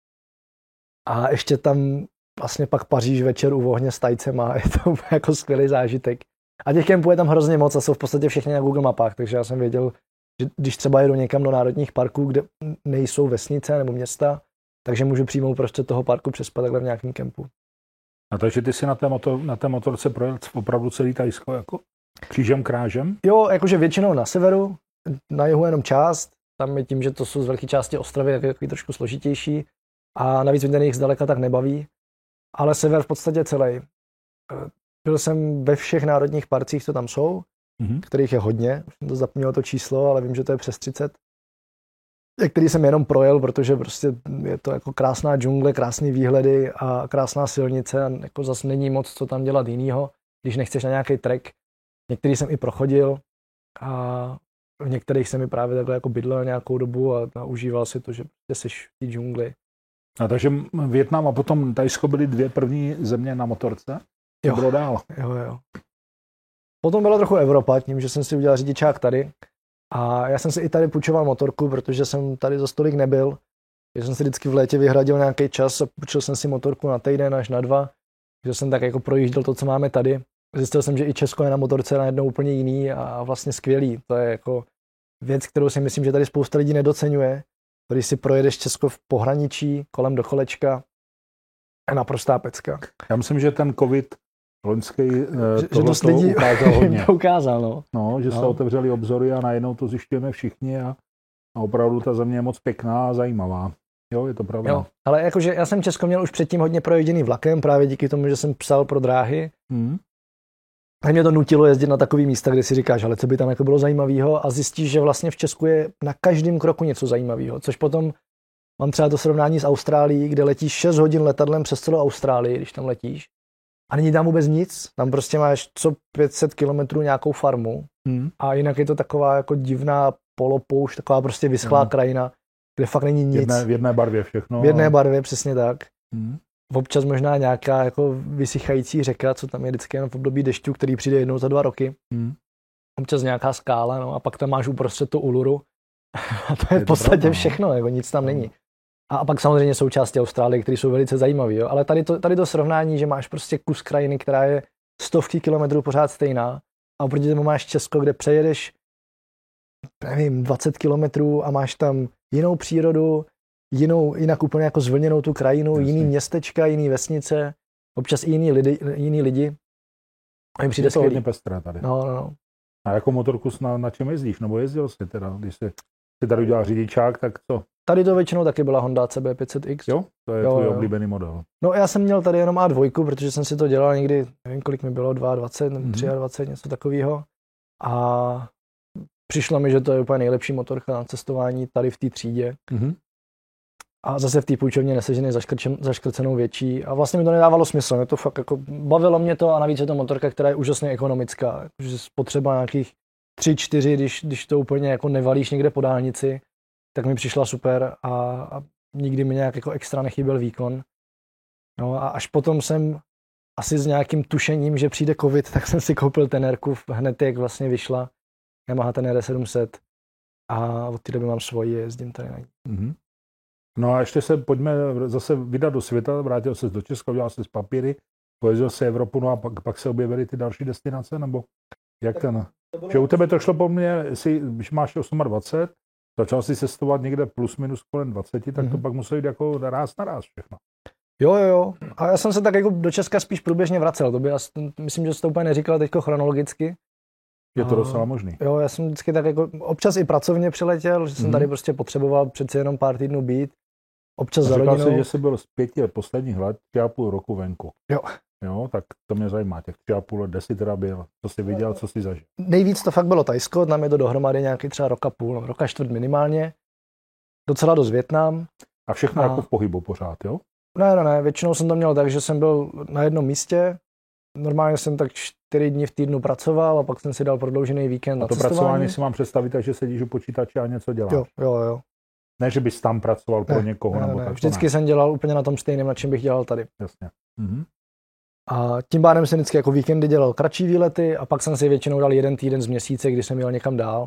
a ještě tam vlastně pak paříš večer u ohně s Tajcema, je to jako skvělý zážitek. A těch kempů je tam hrozně moc a jsou v podstatě všechny na Google mapách, takže já jsem věděl, že když třeba jedu někam do národních parků, kde nejsou vesnice nebo města, takže můžu přímo prostě toho parku přespat takhle v nějakém kempu. A takže ty si na té motorce projel opravdu celý Tajsko, jako křížem krážem? Jo, jakože většinou na severu, na jihu jenom část, tam je tím, že to jsou z velké části ostrovy, tak je takový trošku složitější a navíc mě ten jich zdaleka tak nebaví, ale sever v podstatě celý. Byl jsem ve všech národních parcích, co tam jsou, kterých je hodně, už jsem to zapomněl to číslo, ale vím, že to je přes 30. Který jsem jenom projel, protože prostě je to jako krásná džungle, krásný výhledy a krásná silnice a jako zase není moc co tam dělat jinýho, když nechceš na nějaký trek. Některý jsem i prochodil a v některých jsem i právě takhle jako bydlel nějakou dobu a užíval si to, že prostě seš v té džungli. A takže Vietnam a potom Tajsko byly 2 první země na motorce? Co bylo dál? Jo. Potom byla trochu Evropa, tím, že jsem si udělal řidičák tady. A já jsem si i tady půjčoval motorku, protože jsem tady za stolik nebyl. Já jsem si vždycky v létě vyhradil nějaký čas a půjčil jsem si motorku na týden až na 2. Takže jsem tak jako projížděl to, co máme tady. Zjistil jsem, že i Česko je na motorce najednou úplně jiný a vlastně skvělý. To je jako věc, kterou si myslím, že tady spousta lidí nedoceňuje. Když si projedeš Česko v pohraničí, kolem do kolečka, je naprostá pecka. Já myslím, že ten covid loňský že dost lidí ukázal hodně. ukázal, no, že se otevřeli obzory a najednou to zjišťujeme všichni a opravdu ta země je moc pěkná a zajímavá. Jo, je to pravda. Jo, ale jakože já jsem Česko měl už předtím hodně proježděný vlakem, právě díky tomu, že jsem psal pro dráhy. A mě to nutilo jezdit na takový místa, kde si říkáš, ale co by tam jako bylo zajímavého a zjistíš, že vlastně v Česku je na každém kroku něco zajímavého, což potom mám třeba to srovnání s Austrálií, kde letíš 6 hodin letadlem přes celou Austrálii, když tam letíš. A není tam vůbec nic, tam prostě máš co 500 kilometrů nějakou farmu a jinak je to taková jako divná polopoušť, taková prostě vyschlá krajina, kde fakt není nic. V jedné barvě všechno. V jedné barvě, přesně tak. Občas možná nějaká jako vysychající řeka, co tam je vždycky jen v období dešťů, který přijde jednou za 2 roky. Občas nějaká skála, no a pak tam máš uprostřed tu Uluru. A to je v podstatě všechno, jako nic tam není. A pak samozřejmě jsou části Austrálie, které jsou velice zajímavé. Ale tady to srovnání, že máš prostě kus krajiny, která je stovky kilometrů pořád stejná a oproti tomu máš Česko, kde přejedeš, nevím, 20 kilometrů a máš tam jinou přírodu, jinak úplně jako zvlněnou tu krajinu, jiný městečka, jiný vesnice, občas i jiný lidi. A mi přijde je to hodně pestré tady. No. A jako motorku na čem jezdíš? Nebo jezdil jsi teda, když jsi tady udělal řidičák, tak co? Tady to většinou taky byla Honda CB500X. Jo? To je tvůj oblíbený model. No já jsem měl tady jenom A2, protože jsem si to dělal někdy, nevím kolik mi bylo, 22, 23, něco takového. A přišlo mi, že to je úplně nejlepší motorka na cestování tady v té třídě. A zase v té půjčovně nesežený zaškrcenou větší. A vlastně mi to nedávalo smysl. Mě to fakt jako bavilo mě to a navíc je to motorka, která je úžasně ekonomická. Že spotřeba nějakých 3-4, když to úplně jako nevalíš někde po dálnici, tak mi přišla super a nikdy mi nějak jako extra nechyběl výkon. No a až potom jsem asi s nějakým tušením, že přijde covid, tak jsem si koupil Tenerku hned, jak vlastně vyšla Yamaha Tenere 700 a od té doby mám svoji, jezdím tady na ní. No a ještě se pojďme zase vydat do světa, vrátil se do Česka, udělal se z papíry, pojezdil se Evropu, no a pak se objevily ty další destinace, nebo jak ten? Že u tebe to šlo po mně, že máš 28, začal si cestovat někde plus minus kolem 20, tak to pak muselo jít jako ráz na ráz všechno. Jo. A já jsem se tak jako do Česka spíš průběžně vracel. To by myslím, že jsi to úplně neříkal teďko chronologicky. Je to docela možný. Jo, já jsem vždycky tak jako občas i pracovně přiletěl, že jsem tady prostě potřeboval přeci jenom pár týdnů být. Občas za rodinou. Říkal jsi, že jsi byl z 5 posledních let 3,5 roku venku. Jo, tak to mě zajímá. Těch 3,5 let, kde jsi teda byl? Co jsi viděl, co jsi zažil? Nejvíc to fakt bylo Thajsko, tam je to dohromady nějaký třeba roka půl, roka čtvrt minimálně. Docela dost Vietnam. A všechno jako v pohybu pořád, jo? Ne, většinou jsem to měl tak, že jsem byl na jednom místě. Normálně jsem tak 4 dny v týdnu pracoval a pak jsem si dal prodloužený víkend na cestování. A to pracování si mám představit, takže sedíš u počítače a něco děláš. Jo. Ne, že bys tam pracoval pro někoho nebo tak. Vždycky jsem dělal úplně na tom stejném, na čem bych dělal tady. Jasně. A tím pádem jsem vždycky jako víkendy dělal kratší výlety a pak jsem si většinou dal 1 týden z měsíce, kdy jsem jel někam dál.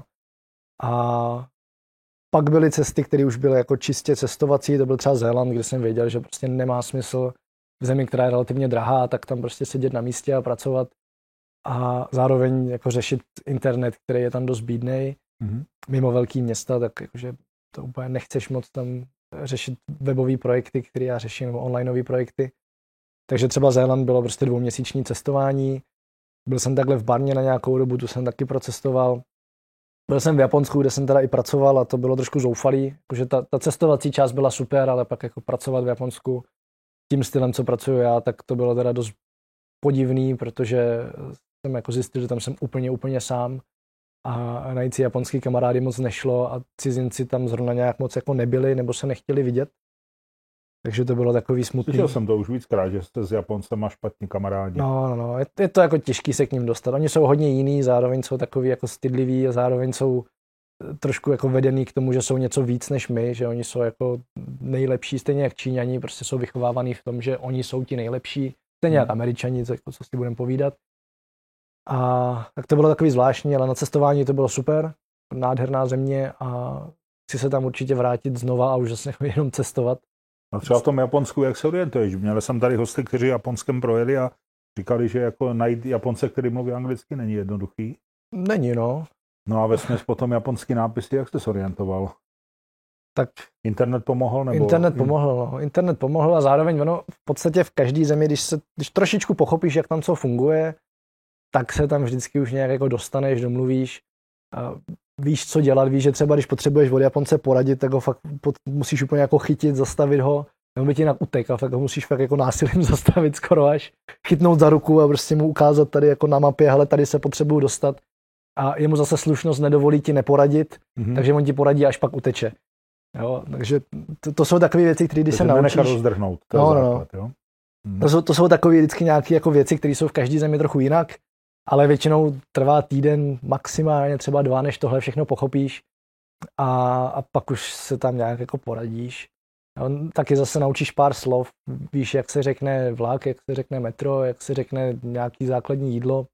A pak byly cesty, které už byly jako čistě cestovací, to byl třeba Zéland, kde jsem věděl, že prostě nemá smysl v zemi, která je relativně drahá, tak tam prostě sedět na místě a pracovat a zároveň jako řešit internet, který je tam dost bídnej, mimo velký města, tak jakože to úplně nechceš moc tam řešit webové projekty, které já řeším, nebo onlineové projekty. Takže třeba Zéland bylo prostě 2měsíční cestování. Byl jsem takhle v Barmě na nějakou dobu, tu jsem taky procestoval. Byl jsem v Japonsku, kde jsem teda i pracoval a to bylo trošku zoufalý. Jakože ta cestovací část byla super, ale pak jako pracovat v Japonsku tím stylem, co pracuju já, tak to bylo teda dost podivný, protože jsem jako zjistil, že tam jsem úplně sám a najít si japonský kamarády moc nešlo a cizinci tam zrovna nějak moc jako nebyli nebo se nechtěli vidět. Takže to bylo takový smutný. Slyšel jsem to už víckrát, že jste s Japoncema špatní kamarádi. No, je to jako těžký se k ním dostat. Oni jsou hodně jiný, zároveň jsou takový jako stydliví a zároveň jsou trošku jako vedený k tomu, že jsou něco víc než my, že oni jsou jako nejlepší, stejně jak Číňani, prostě jsou vychovávaný v tom, že oni jsou ti nejlepší, stejně jak Američani, co si budeme povídat. A tak to bylo takový zvláštní, ale na cestování to bylo super, nádherná země a chci se tam určitě vrátit znova a už zase jenom cestovat. A třeba v tom Japonsku, jak se orientuješ? Měl jsem tady hosty, kteří Japonskem projeli a říkali, že jako najít Japonce, který mluví anglicky, není jednoduchý. Není, no. No a vesměs potom japonský nápisy, jak jsi se orientoval? Tak internet pomohl? Nebo... Internet pomohl a zároveň ono v podstatě v každé zemi, když trošičku pochopíš, jak tam co funguje, tak se tam vždycky už nějak jako dostaneš, domluvíš. Víš, co dělat, víš, že třeba když potřebuješ od Japonce poradit, tak ho fakt musíš úplně jako chytit, zastavit ho, nebo by ti jinak utek a fakt ho musíš fakt jako násilím zastavit skoro až, chytnout za ruku a prostě mu ukázat tady jako na mapě, hele, tady se potřebuju dostat a jemu zase slušnost nedovolí ti neporadit, takže on ti poradí, až pak uteče. Jo, takže to jsou takové věci, které když se naučíš... Nenechat rozdrhnout, to je základ, jo? To jsou takové vždycky nějaké jako věci, které jsou v každé zemi trochu jinak, ale většinou trvá týden, maximálně třeba 2, než tohle všechno pochopíš a pak už se tam nějak jako poradíš. Taky zase naučíš pár slov, víš, jak se řekne vlak, jak se řekne metro, jak se řekne nějaký základní jídlo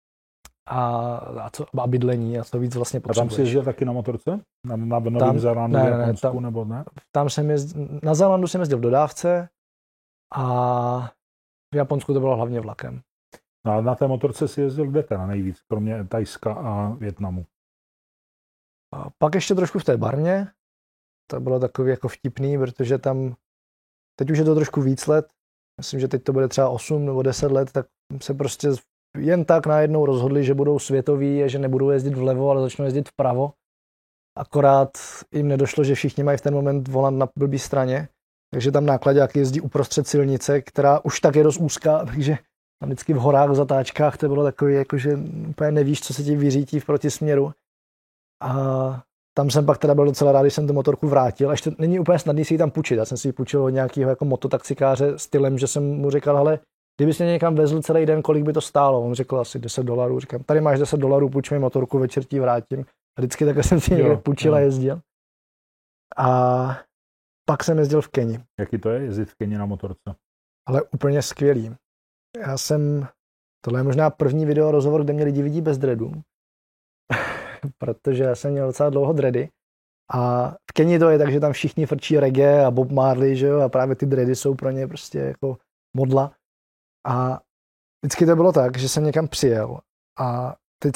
a bydlení a co víc vlastně potřebuješ. A tam jsi jezdil taky na motorce? Na Novém Zélandu, v Japonsku nebo ne? Na Zélandu jsem jezdil v dodávce a v Japonsku to bylo hlavně vlakem. No a na té motorce si jezdil kde teda nejvíc, kromě Thajska a Vietnamu? A pak ještě trošku v té Barmě. To bylo takový jako vtipný, protože tam, teď už je to trošku víc let, myslím, že teď to bude třeba 8 nebo 10 let, tak se prostě jen tak najednou rozhodli, že budou světoví a že nebudou jezdit vlevo, ale začnou jezdit vpravo. Akorát jim nedošlo, že všichni mají v ten moment volant na blbý straně, takže tam náklaďák jezdí uprostřed silnice, která už tak je dost úzká, takže tam vždycky v horách, v zatáčkách to bylo takový, jakože úplně nevíš, co se ti vyřítí v protisměru. A tam jsem pak teda byl docela rád, když jsem tu motorku vrátil. Ještě není úplně snadný si ji tam půjčit. Já jsem si ji půjčil od nějakého jako mototaxikáře stylem, že jsem mu říkal, hele, kdybys mě někam vezl celý den, kolik by to stálo? On řekl asi $10. Říkám, tady máš $10, půjč mi motorku, večer ti vrátím. A vždycky takhle jsem si někde půjčil a jezdil. A pak jsem jezdil v Keni. Jaký to je jezdit v Keni na motorce? Ale úplně skvělý. Tohle je možná první video rozhovor, kde mě lidi vidí bez dreadů. Protože já jsem měl docela dlouho dready. A v Keni to je tak, že tam všichni frčí reggae a Bob Marley, že jo, a právě ty dready jsou pro ně prostě jako modla. A vždycky to bylo tak, že jsem někam přijel a teď se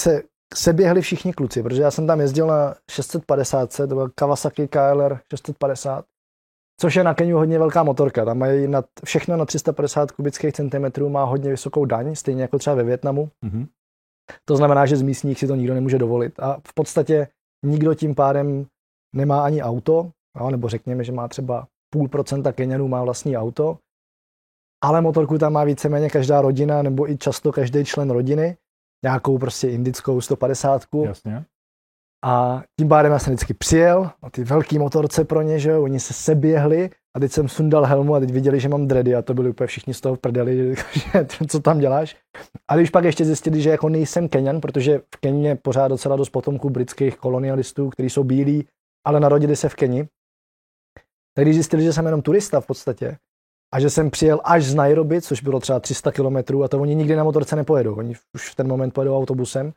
se běhli všichni kluci, protože já jsem tam jezdil na 650, to byl Kawasaki KLR 650, což je na Keniu hodně velká motorka. Tam mají všechno na 350 kubických centimetrů, má hodně vysokou daň, stejně jako třeba ve Vietnamu. Mm-hmm. To znamená, že z místních si to nikdo nemůže dovolit. A v podstatě nikdo tím pádem nemá ani auto, nebo řekněme, že má třeba 0,5% Kenianů má vlastní auto, ale motorku tam má víceméně každá rodina, nebo i často každý člen rodiny, nějakou prostě indickou 150. Jasně. A tím pádem já jsem vždycky přijel na ty velký motorce pro ně, že jo, oni se seběhli a teď jsem sundal helmu a teď viděli, že mám dready a to byli úplně všichni z toho v prdeli, že co tam děláš. A když pak ještě zjistili, že jako nejsem Kenian, protože v Keni je pořád docela dost potomků britských kolonialistů, kteří jsou bílí, ale narodili se v Keni. Tak když zjistili, že jsem jenom turista v podstatě a že jsem přijel až z Nairobi, což bylo třeba 300 kilometrů a to oni nikdy na motorce nepojedou, oni už v ten moment pojedou autobusem,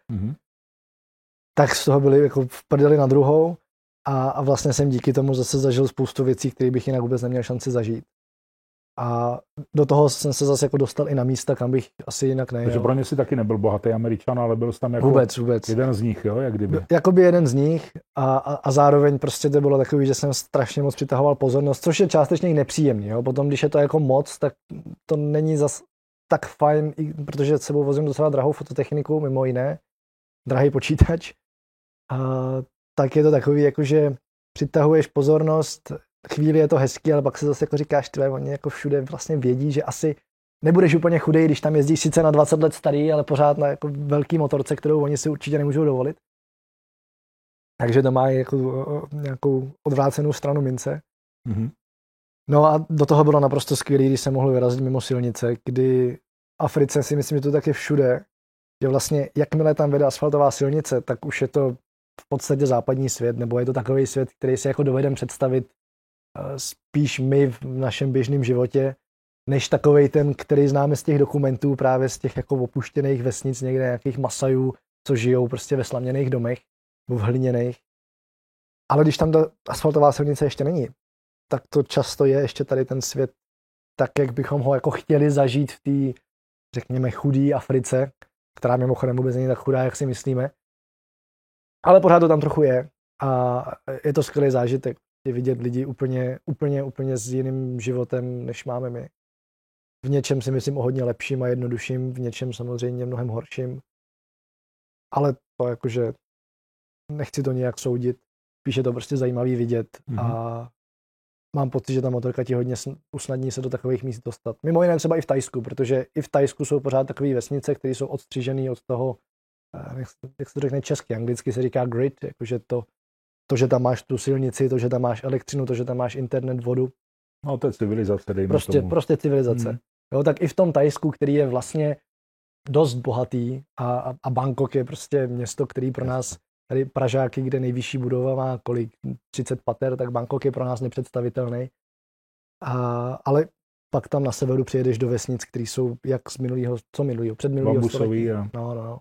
tak z toho byli jako v prdeli na druhou a vlastně jsem díky tomu zase zažil spoustu věcí, které bych jinak vůbec neměl šanci zažít. A do toho jsem se zase jako dostal i na místa, kam bych asi jinak nejel. Takže pro ně si taky nebyl bohatý Američan, ale byl jsi tam jako vůbec. jeden z nich, jo, jak kdyby. Jakoby jeden z nich a zároveň prostě to bylo takový, že jsem strašně moc přitahoval pozornost, což je částečně i nepříjemný. Jo. Potom, když je to jako moc, tak to není zas tak fajn, protože s sebou vozím docela drahou fototechniku, mimo jiné, drahý počítač. A tak je to takový, jakože přitahuješ pozornost, chvíli je to hezký, ale pak se zase jako říkáš, oni jako všude vlastně vědí, že asi nebudeš úplně chudej, když tam jezdíš sice na 20 let starý, ale pořád na jako velký motorce, kterou oni si určitě nemůžou dovolit. Takže to má jako nějakou odvrácenou stranu mince. Mm-hmm. No a do toho bylo naprosto skvělý, když jsem mohl vyrazit mimo silnice, kdy v Africe si myslím, že to tak je všude, že vlastně jakmile tam vede asfaltová silnice, tak už je to v podstatě západní svět, nebo je to takový svět, který si jako dovedeme představit spíš my v našem běžném životě, než takovej ten, který známe z těch dokumentů, právě z těch jako opuštěných vesnic, někde nějakých Masajů, co žijou prostě ve slaměných domech, nebo v hliněných. Ale když tam ta asfaltová silnice ještě není, tak to často je ještě tady ten svět tak, jak bychom ho jako chtěli zažít v té, řekněme, chudé Africe, která mimochodem vůbec není tak chudá, jak si myslíme. Ale pořád to tam trochu je a je to skvělý zážitek vidět lidi úplně s jiným životem, než máme my. V něčem si myslím o hodně lepším a jednodušším, v něčem samozřejmě mnohem horším. Ale to jakože nechci to nějak soudit, spíš je to prostě zajímavý vidět a mám pocit, že ta motorka ti hodně usnadní se do takových míst dostat. Mimo jiné třeba i v Thajsku, protože i v Thajsku jsou pořád takové vesnice, které jsou odstřižené od toho, jak se to řekne česky, anglicky se říká grid, jakože to, že tam máš tu silnici, to, že tam máš elektřinu, to, že tam máš internet, vodu. No to je civilizace, dejme tomu. Prostě civilizace. Jo, tak i v tom Thajsku, který je vlastně dost bohatý a Bangkok je prostě město, který pro nás, tady Pražáky, kde nejvyšší budova má kolik, 30 pater, tak Bangkok je pro nás nepředstavitelný. Ale pak tam na severu přijedeš do vesnic, které jsou jak z předminulého století. No.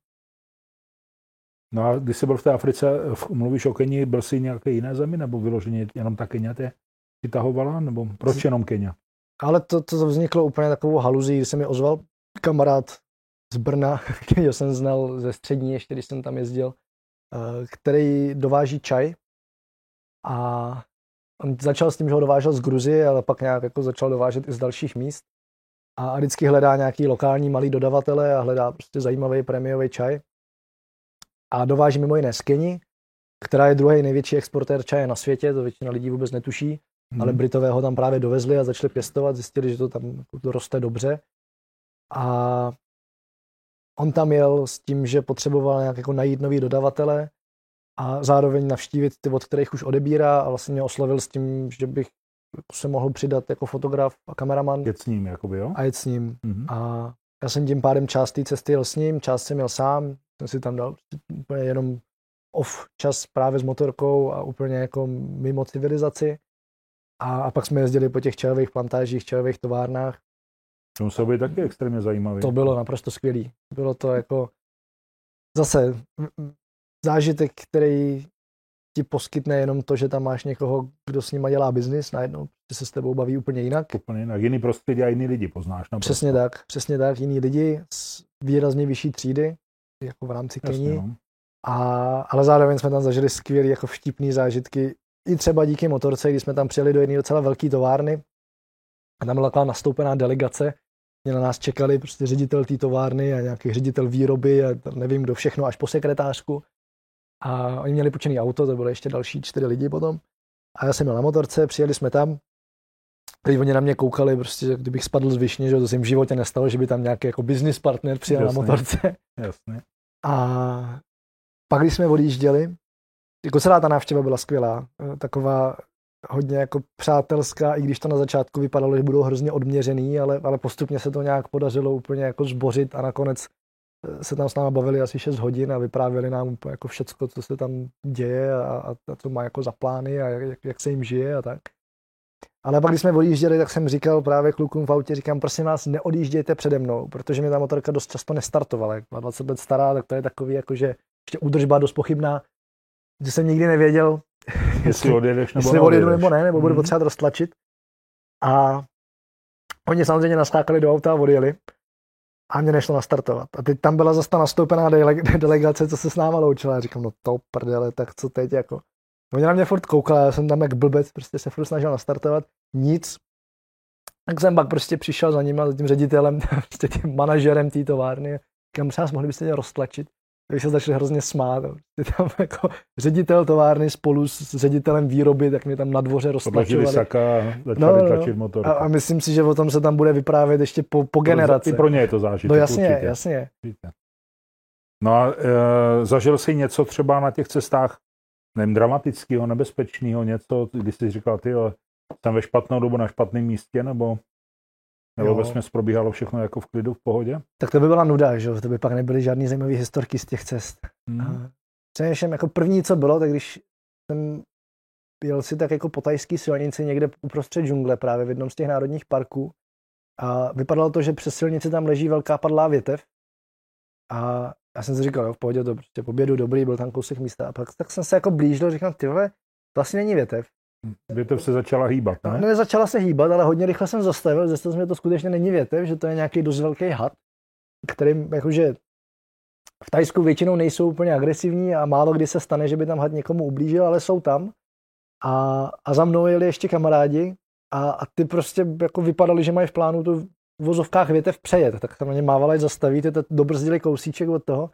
No a když jsi byl v té Africe, mluvíš o Keni, byl jsi nějaké jiné zemi, nebo vyloženě jenom ta Kenia tě vytahovala, nebo proč jenom Kenia? Ale to vzniklo úplně takovou haluzí, kdy se mi ozval kamarád z Brna, kterýho jsem znal ze střední, ještě když jsem tam jezdil, který dováží čaj a on začal s tím, že ho dovážel z Gruzie, ale pak nějak jako začal dovážet i z dalších míst a vždycky hledá nějaký lokální malý dodavatele a hledá prostě zajímavý prémiový čaj. A dováží mimo jiné z Keni, která je druhý největší exportér čaje na světě, to většina lidí vůbec netuší, ale Britové ho tam právě dovezli a začali pěstovat, zjistili, že to tam roste dobře. A on tam jel s tím, že potřeboval nějak jako najít nový dodavatele a zároveň navštívit ty, od kterých už odebírá a vlastně mě oslovil s tím, že bych se mohl přidat jako fotograf a kameraman. Jet s ním, jakoby, jo? A jet s ním. A já jsem tím pádem část té cesty jel s ním, část jsem jel sám, jsem si tam dal úplně jenom off čas právě s motorkou a úplně jako mimo civilizaci. A pak jsme jezdili po těch čajových plantážích, čajových továrnách. To muselo být taky extrémně zajímavý. To bylo naprosto skvělý. Bylo to jako zase zážitek, který ti poskytne jenom to, že tam máš někoho, kdo s nima dělá biznis, najednou se s tebou baví úplně jinak. Úplně jinak. Jiný prostředí a jiný lidi poznáš. Přesně tak. Jiný lidi z výrazně vyšší třídy, jako v rámci Keni. Ale zároveň jsme tam zažili skvělý jako vtipný zážitky. I třeba díky motorce, když jsme tam přijeli do jedné docela velké továrny a tam byla taková nastoupená delegace, kde na nás čekali prostě ředitel té továrny a nějaký ředitel výroby a nevím kdo všechno, až po sekretářku. A oni měli půjčený auto, to bylo ještě další 4 lidi potom. A já jsem byl na motorce, přijeli jsme tam. Teď oni na mě koukali, prostě, kdybych spadl z višně, že to se jim v životě nestalo, že by tam nějaký jako business partner přijel na motorce. Jasně. A pak, když jsme odjížděli, jako celá ta návštěva byla skvělá, taková hodně jako přátelská, i když to na začátku vypadalo, že budou hrozně odměřený, ale postupně se to nějak podařilo úplně jako zbořit a nakonec se tam s námi bavili asi 6 hodin a vyprávěli nám úplně jako všecko, co se tam děje a co má jako za plány a jak se jim žije a tak. Ale pak, když jsme odjížděli, tak jsem říkal právě klukům v autě, říkám, prosím vás, neodjíždějte přede mnou, protože mi ta motorka dost často nestartovala. Jak byla 20 let stará, tak to je takový, jakože ještě údržba dost pochybná, že jsem nikdy nevěděl, jestli odjedeš nebo odjedu nebo ne, nebo budu potřebovat roztlačit. A oni samozřejmě naskákali do auta a odjeli a mě nešlo nastartovat. A teď tam byla zase ta nastoupená delegace, co se s náma loučila. A říkám, no to prdele, tak co teď jako. Oni na mě furt koukali, já jsem tam jak blbec, prostě se furt snažil nastartovat, nic. Tak jsem pak prostě přišel za ním a za tím ředitelem, prostě tím manažerem té továrny. Říkám, třeba mohli byste mě roztlačit. Takže se začali hrozně smát. Tam jako ředitel továrny spolu s ředitelem výroby, tak mě tam na dvoře roztlačovali. Podležili saka a začali tlačit motor. A myslím si, že o tom se tam bude vyprávět ještě po generaci. I pro ně je to zážitek. No jasně, určitě. jasně. No a zažil jsi něco třeba na těch cestách, nevím, dramatického, nebezpečného, něco, když jsi říkal, ty, jsem ve špatnou dobu na špatném místě, nebo vesměs probíhalo všechno jako v klidu, v pohodě? Tak to by byla nuda, že? To by pak nebyly žádný zajímavý historky z těch cest. Především jako první, co bylo, tak když jsem jel si tak jako po tajský silnici někde uprostřed džungle právě v jednom z těch národních parků a vypadalo to, že přes silnici tam leží velká padlá větev a já jsem si říkal, jo, v pohodě, to prostě pobědu dobrý, byl tam kousek místa a pak tak jsem se jako blížil, říkal, ty vole, to asi není větev. Větev se začala hýbat, ne? No, začala se hýbat, ale hodně rychle jsem zastavil, zjistil jsem, že to skutečně není větev, že to je nějaký dost velký had, kterým jakože v Thajsku většinou nejsou úplně agresivní a málo kdy se stane, že by tam had někomu ublížil, ale jsou tam. A za mnou jeli ještě kamarádi a ty prostě jako vypadali, že mají v plánu tu v vozovkách větev přejet, tak tam na ně mávali, zastaví, ty to dobrzdili kousíček od toho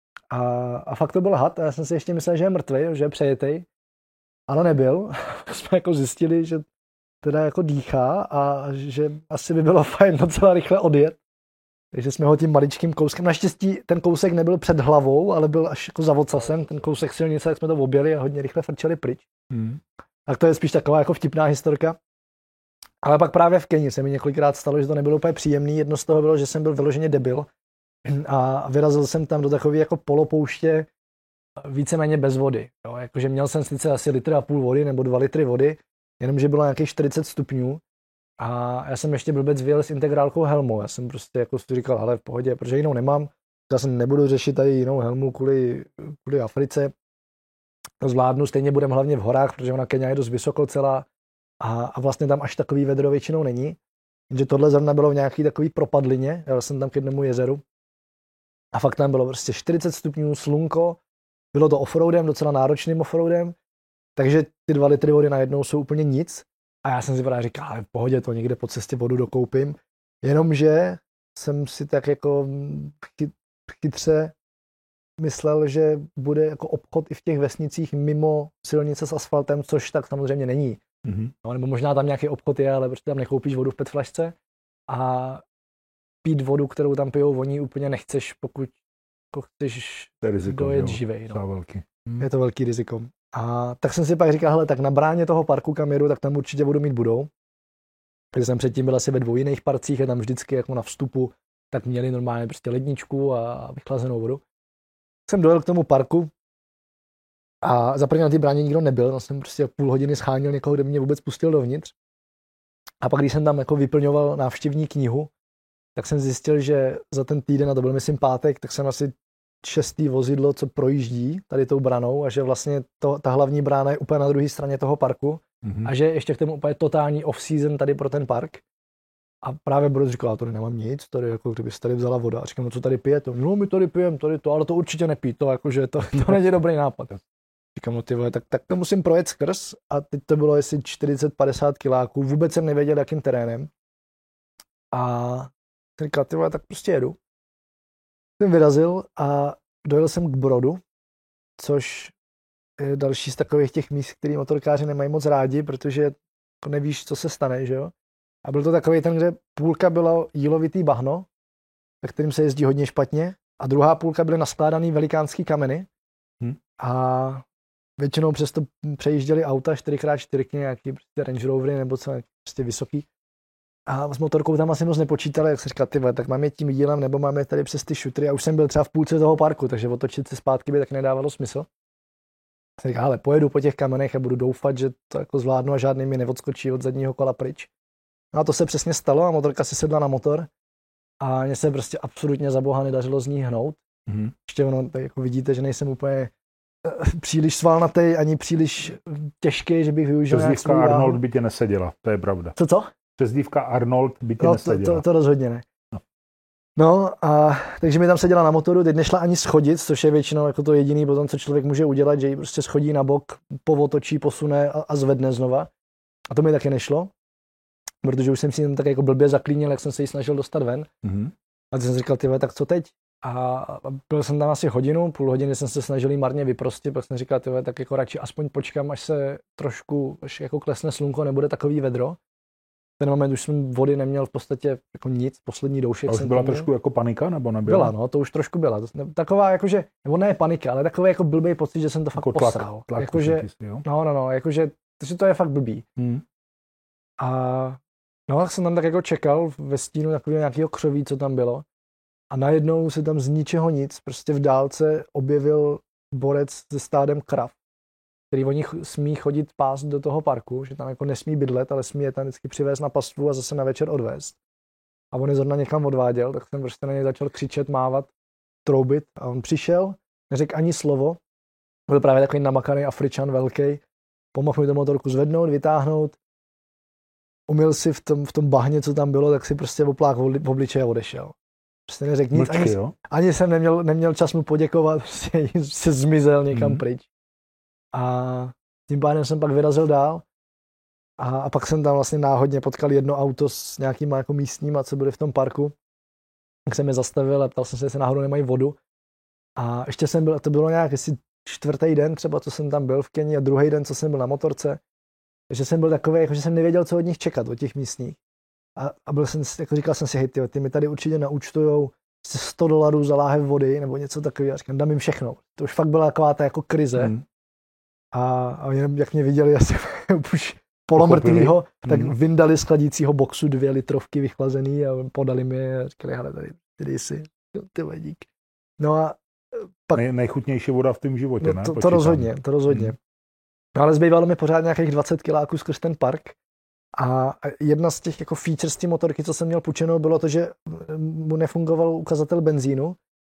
a fakt to byl had a já jsem si ještě myslel, že je mrtvý, že je přejetej, ale nebyl. Jsme jako zjistili, že teda jako dýchá a že asi by bylo fajn docela rychle odjet. Takže jsme ho tím maličkým kouskem, naštěstí ten kousek nebyl před hlavou, ale byl až jako za vocasem, ten kousek silnice, jak jsme to objeli a hodně rychle frčeli pryč. Tak to je spíš taková jako vtipná historka. Ale pak právě v Keni se mi několikrát stalo, že to nebylo úplně příjemný. Jedno z toho bylo, že jsem byl vyloženě debil a vyrazil jsem tam do takové jako polopouště víceméně bez vody. Jo? Jakože měl jsem sice asi 1,5 litru vody nebo 2 litry vody, jenomže bylo nějakých 40 stupňů a já jsem ještě blbec vyjel s integrálkou helmu. Já jsem prostě jako si říkal, ale v pohodě, protože jinou nemám. Já jsem nebudu řešit tady jinou helmu kvůli Africe. To zvládnu, stejně budeme hlavně v horách, protože ona Kenia je dost vysoko celá a vlastně tam až takový vedro většinou není. Jenže tohle zrovna bylo v nějaký takový propadlině, jel jsem tam k jednomu jezeru a fakt tam bylo prostě 40 stupňů, slunko, bylo to offroadem, docela náročným offroadem, takže ty 2 litry vody najednou jsou úplně nic a já jsem si právě říkal, ale v pohodě to někde po cestě vodu dokoupím, jenomže jsem si tak jako chytře myslel, že bude jako obchod i v těch vesnicích mimo silnice s asfaltem, což tak samozřejmě není. No, nebo možná tam nějaký obchod je, ale prostě tam nekoupíš vodu v PET flašce a pít vodu, kterou tam pijou voní, úplně nechceš, pokud jako chceš dojet živej. No. Je to velký riziko. A tak jsem si pak říkal, hele, tak na bráně toho parku, kam jedu, tak tam určitě vodu mít budou. Když jsem předtím byl asi ve 2 jiných parcích a tam vždycky jako na vstupu, tak měli normálně prostě ledničku a vychlazenou vodu. Jsem dojel k tomu parku a za první na té bráně nikdo nebyl, no jsem prostě půl hodiny scháněl někoho, kdo mě vůbec pustil dovnitř. A pak, když jsem tam jako vyplňoval návštěvní knihu, tak jsem zjistil, že za ten týden, a to byl myslím pátek, tak jsem asi 6. vozidlo, co projíždí tady tou branou a že vlastně ta hlavní brána je úplně na druhé straně toho parku a že ještě k tomu úplně totální off-season tady pro ten park. A právě Boris říkal, tady nemám nic, tady jako kdyby se tady vzala voda. A říkám, no co tady pijete? No my tady pijeme, tady to, ale to určitě nepí, to jakože to není dobrý nápad. Říkám, no ty vole, tak to musím projet skrz a teď to bylo jestli 40-50 kiláků, vůbec jsem nevěděl, jakým terénem. A jsem říkal, ty vole, tak prostě jedu. Jsem vyrazil a dojel jsem k Brodu, což je další z takových těch míst, který motorkáři nemají moc rádi, protože nevíš, co se stane, že jo. A byl to takový ten, kde půlka bylo jílovitý bahno, ve kterým se jezdí hodně špatně, a druhá půlka byly naskládaný velikánský kameny. A většinou přesto přejížděli auta 4x4, nějaký prostě Range Rovery nebo co, prostě vysoký. A s motorkou tam asi moc nepočítali, jak se říkal, tyhle, tak mám je tím jílem, nebo máme tady přes ty šutry. A už jsem byl třeba v půlce toho parku, takže otočit se zpátky by tak nedávalo smysl. Jsem říkal, ale pojedu po těch kamenech a budu doufat, že to jako zvládnu a žádný mi neodskočí od zadního kola pryč. No a to se přesně stalo a motorka si sedla na motor a mně se prostě absolutně za boha nedařilo z ní hnout. Ještě ono, jako vidíte, že nejsem úplně příliš svalnatý, ani příliš těžký, že bych využil nějak svůj váhu. Arnold by tě neseděla, to je pravda. Co? Přezdívka Arnold by tě neseděla. To rozhodně ne. No a takže mi tam seděla na motoru, teď nešla ani schodit, což je většinou jako to jediný potom, co člověk může udělat, že ji prostě schodí na bok, povotočí, posune a zvedne znova. A to mi taky nešlo, protože už jsem si tam tak jako blbě zaklínil, jak jsem se jí snažil dostat ven. A teď jsem si říkal, tyhle, tak co teď? A byl jsem tam asi hodinu, půl hodiny jsem se snažil jí marně vyprostit, pak jsem říkal, tyhle, tak jako radši aspoň počkám, až se trošku, až jako klesne slunko, nebude takový vedro. V ten moment už jsem vody neměl v podstatě jako nic, poslední doušek. A už byla trošku jako panika, nebo nebyla? Byla, no, to už trošku byla. Taková jakože, nebo ne panika, ale takový jako blbý pocit, že jsem to fakt jako posral. Tlak jakože, jakože to je fakt blbý. A no, tak jsem tam tak jako čekal ve stínu takového nějakého křoví, co tam bylo. A najednou se tam z ničeho nic, prostě v dálce objevil borec se stádem krav, který oni smí chodit pást do toho parku, že tam jako nesmí bydlet, ale smí je tam vždycky přivést na pastvu a zase na večer odvést. A on je zrovna někam odváděl, tak jsem prostě na něj začal křičet, mávat, troubit a on přišel, neřekl ani slovo, byl právě takový namakaný Afričan velký, pomohl mi tu motorku zvednout, vytáhnout, umyl si v tom bahně, co tam bylo, tak si prostě oplák v obličeji a odešel. Prostě neřekl nic, ani jsem neměl čas mu poděkovat, prostě se zmizel někam pryč. A tím pádem jsem pak vyrazil dál a pak jsem tam vlastně náhodně potkal jedno auto s nějakýma jako místníma, co byli v tom parku. Tak jsem je zastavil a ptal jsem se, jestli náhodou nemají vodu. A ještě jsem byl, to bylo nějak asi 4. den třeba, co jsem tam byl v Keni a 2. den, co jsem byl na motorce. Takže jsem byl takový, jako že jsem nevěděl, co od nich čekat, od těch místních. A byl jsem, jako říkal jsem si, hej, ty mi tady určitě naúčtujou $100 za láhev vody nebo něco takového. A říkám, dám jim všechno. To už fakt byla taková ta jako krize. A jenom jak mě viděli, já jsem už polomrtvýho, tak vyndali z chladícího boxu 2 litrovky vychlazený a podali mi a říkali, hele, tady dej si, ty dík. No a pak... Nejchutnější voda v tom životě, no, ne? To rozhodně. No ale zbývalo mi pořád nějakých 20 kiláků skrz ten park. A jedna z těch jako features té motorky, co jsem měl půjčenou, bylo to, že mu nefungoval ukazatel benzínu.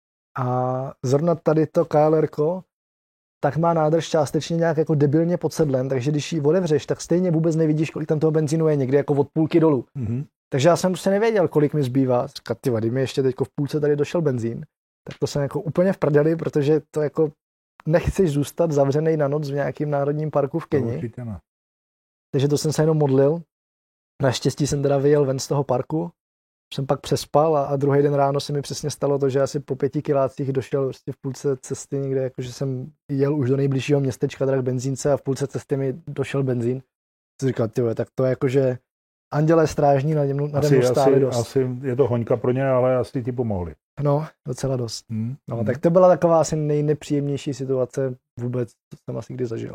A zrovna tady to KLR-ko, tak má nádrž částečně nějak jako debilně pod sedlem, takže když ji otevřeš, tak stejně vůbec nevidíš, kolik tam toho benzínu je, někdy jako od půlky dolů. Takže já jsem prostě nevěděl, kolik mi zbývá. Říkal, ty vady, mi ještě teďko v půlce tady došel benzín. Tak to jsem jako úplně v prdeli, protože to jako nechceš zůstat zavřený na noc v nějakým národním parku v Keni. Takže to jsem se jenom modlil. Naštěstí jsem teda vyjel ven z toho parku, jsem pak přespal a 2. den ráno se mi přesně stalo to, že asi po 5 kilácích došel prostě v půlce cesty někde, jakože jsem jel už do nejbližšího městečka, teda k benzínce a v půlce cesty mi došel benzín. Jsem říkal, tyhle, tak to je jakože andělé strážní nade mnou stáli dost. Asi je to hoňka pro ně, ale asi ti pomohli. No, docela dost. Tak to byla taková asi nejnepříjemnější situace vůbec, co jsem asi kdy zažil.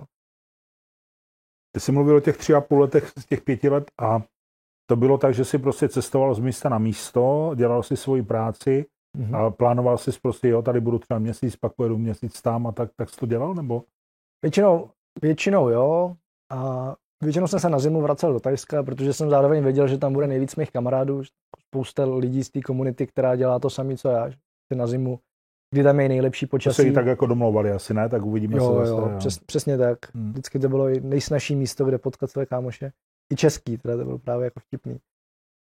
Ty jsi mluvil o těch 3,5 letech z těch 5 let a to bylo tak, že jsi prostě cestoval z místa na místo, dělal si svoji práci a plánoval si prostě, jo, tady budu třeba měsíc, pak pojedu měsíc tam a tak jsi to dělal, nebo? Většinou jo. A většinou jsem se na zimu vracel do Thajska, protože jsem zároveň věděl, že tam bude nejvíc mých kamarádů, spousta lidí z té komunity, která dělá to samé, co já. Na zimu, kdy tam je nejlepší počasí. To se jí tak jako domlouvali asi, ne? Tak uvidíme se zase. Jo. Přesně tak. Vždycky to bylo nejsnažší místo, kde potkat své kámoše. I český, teda to bylo právě jako vtipný.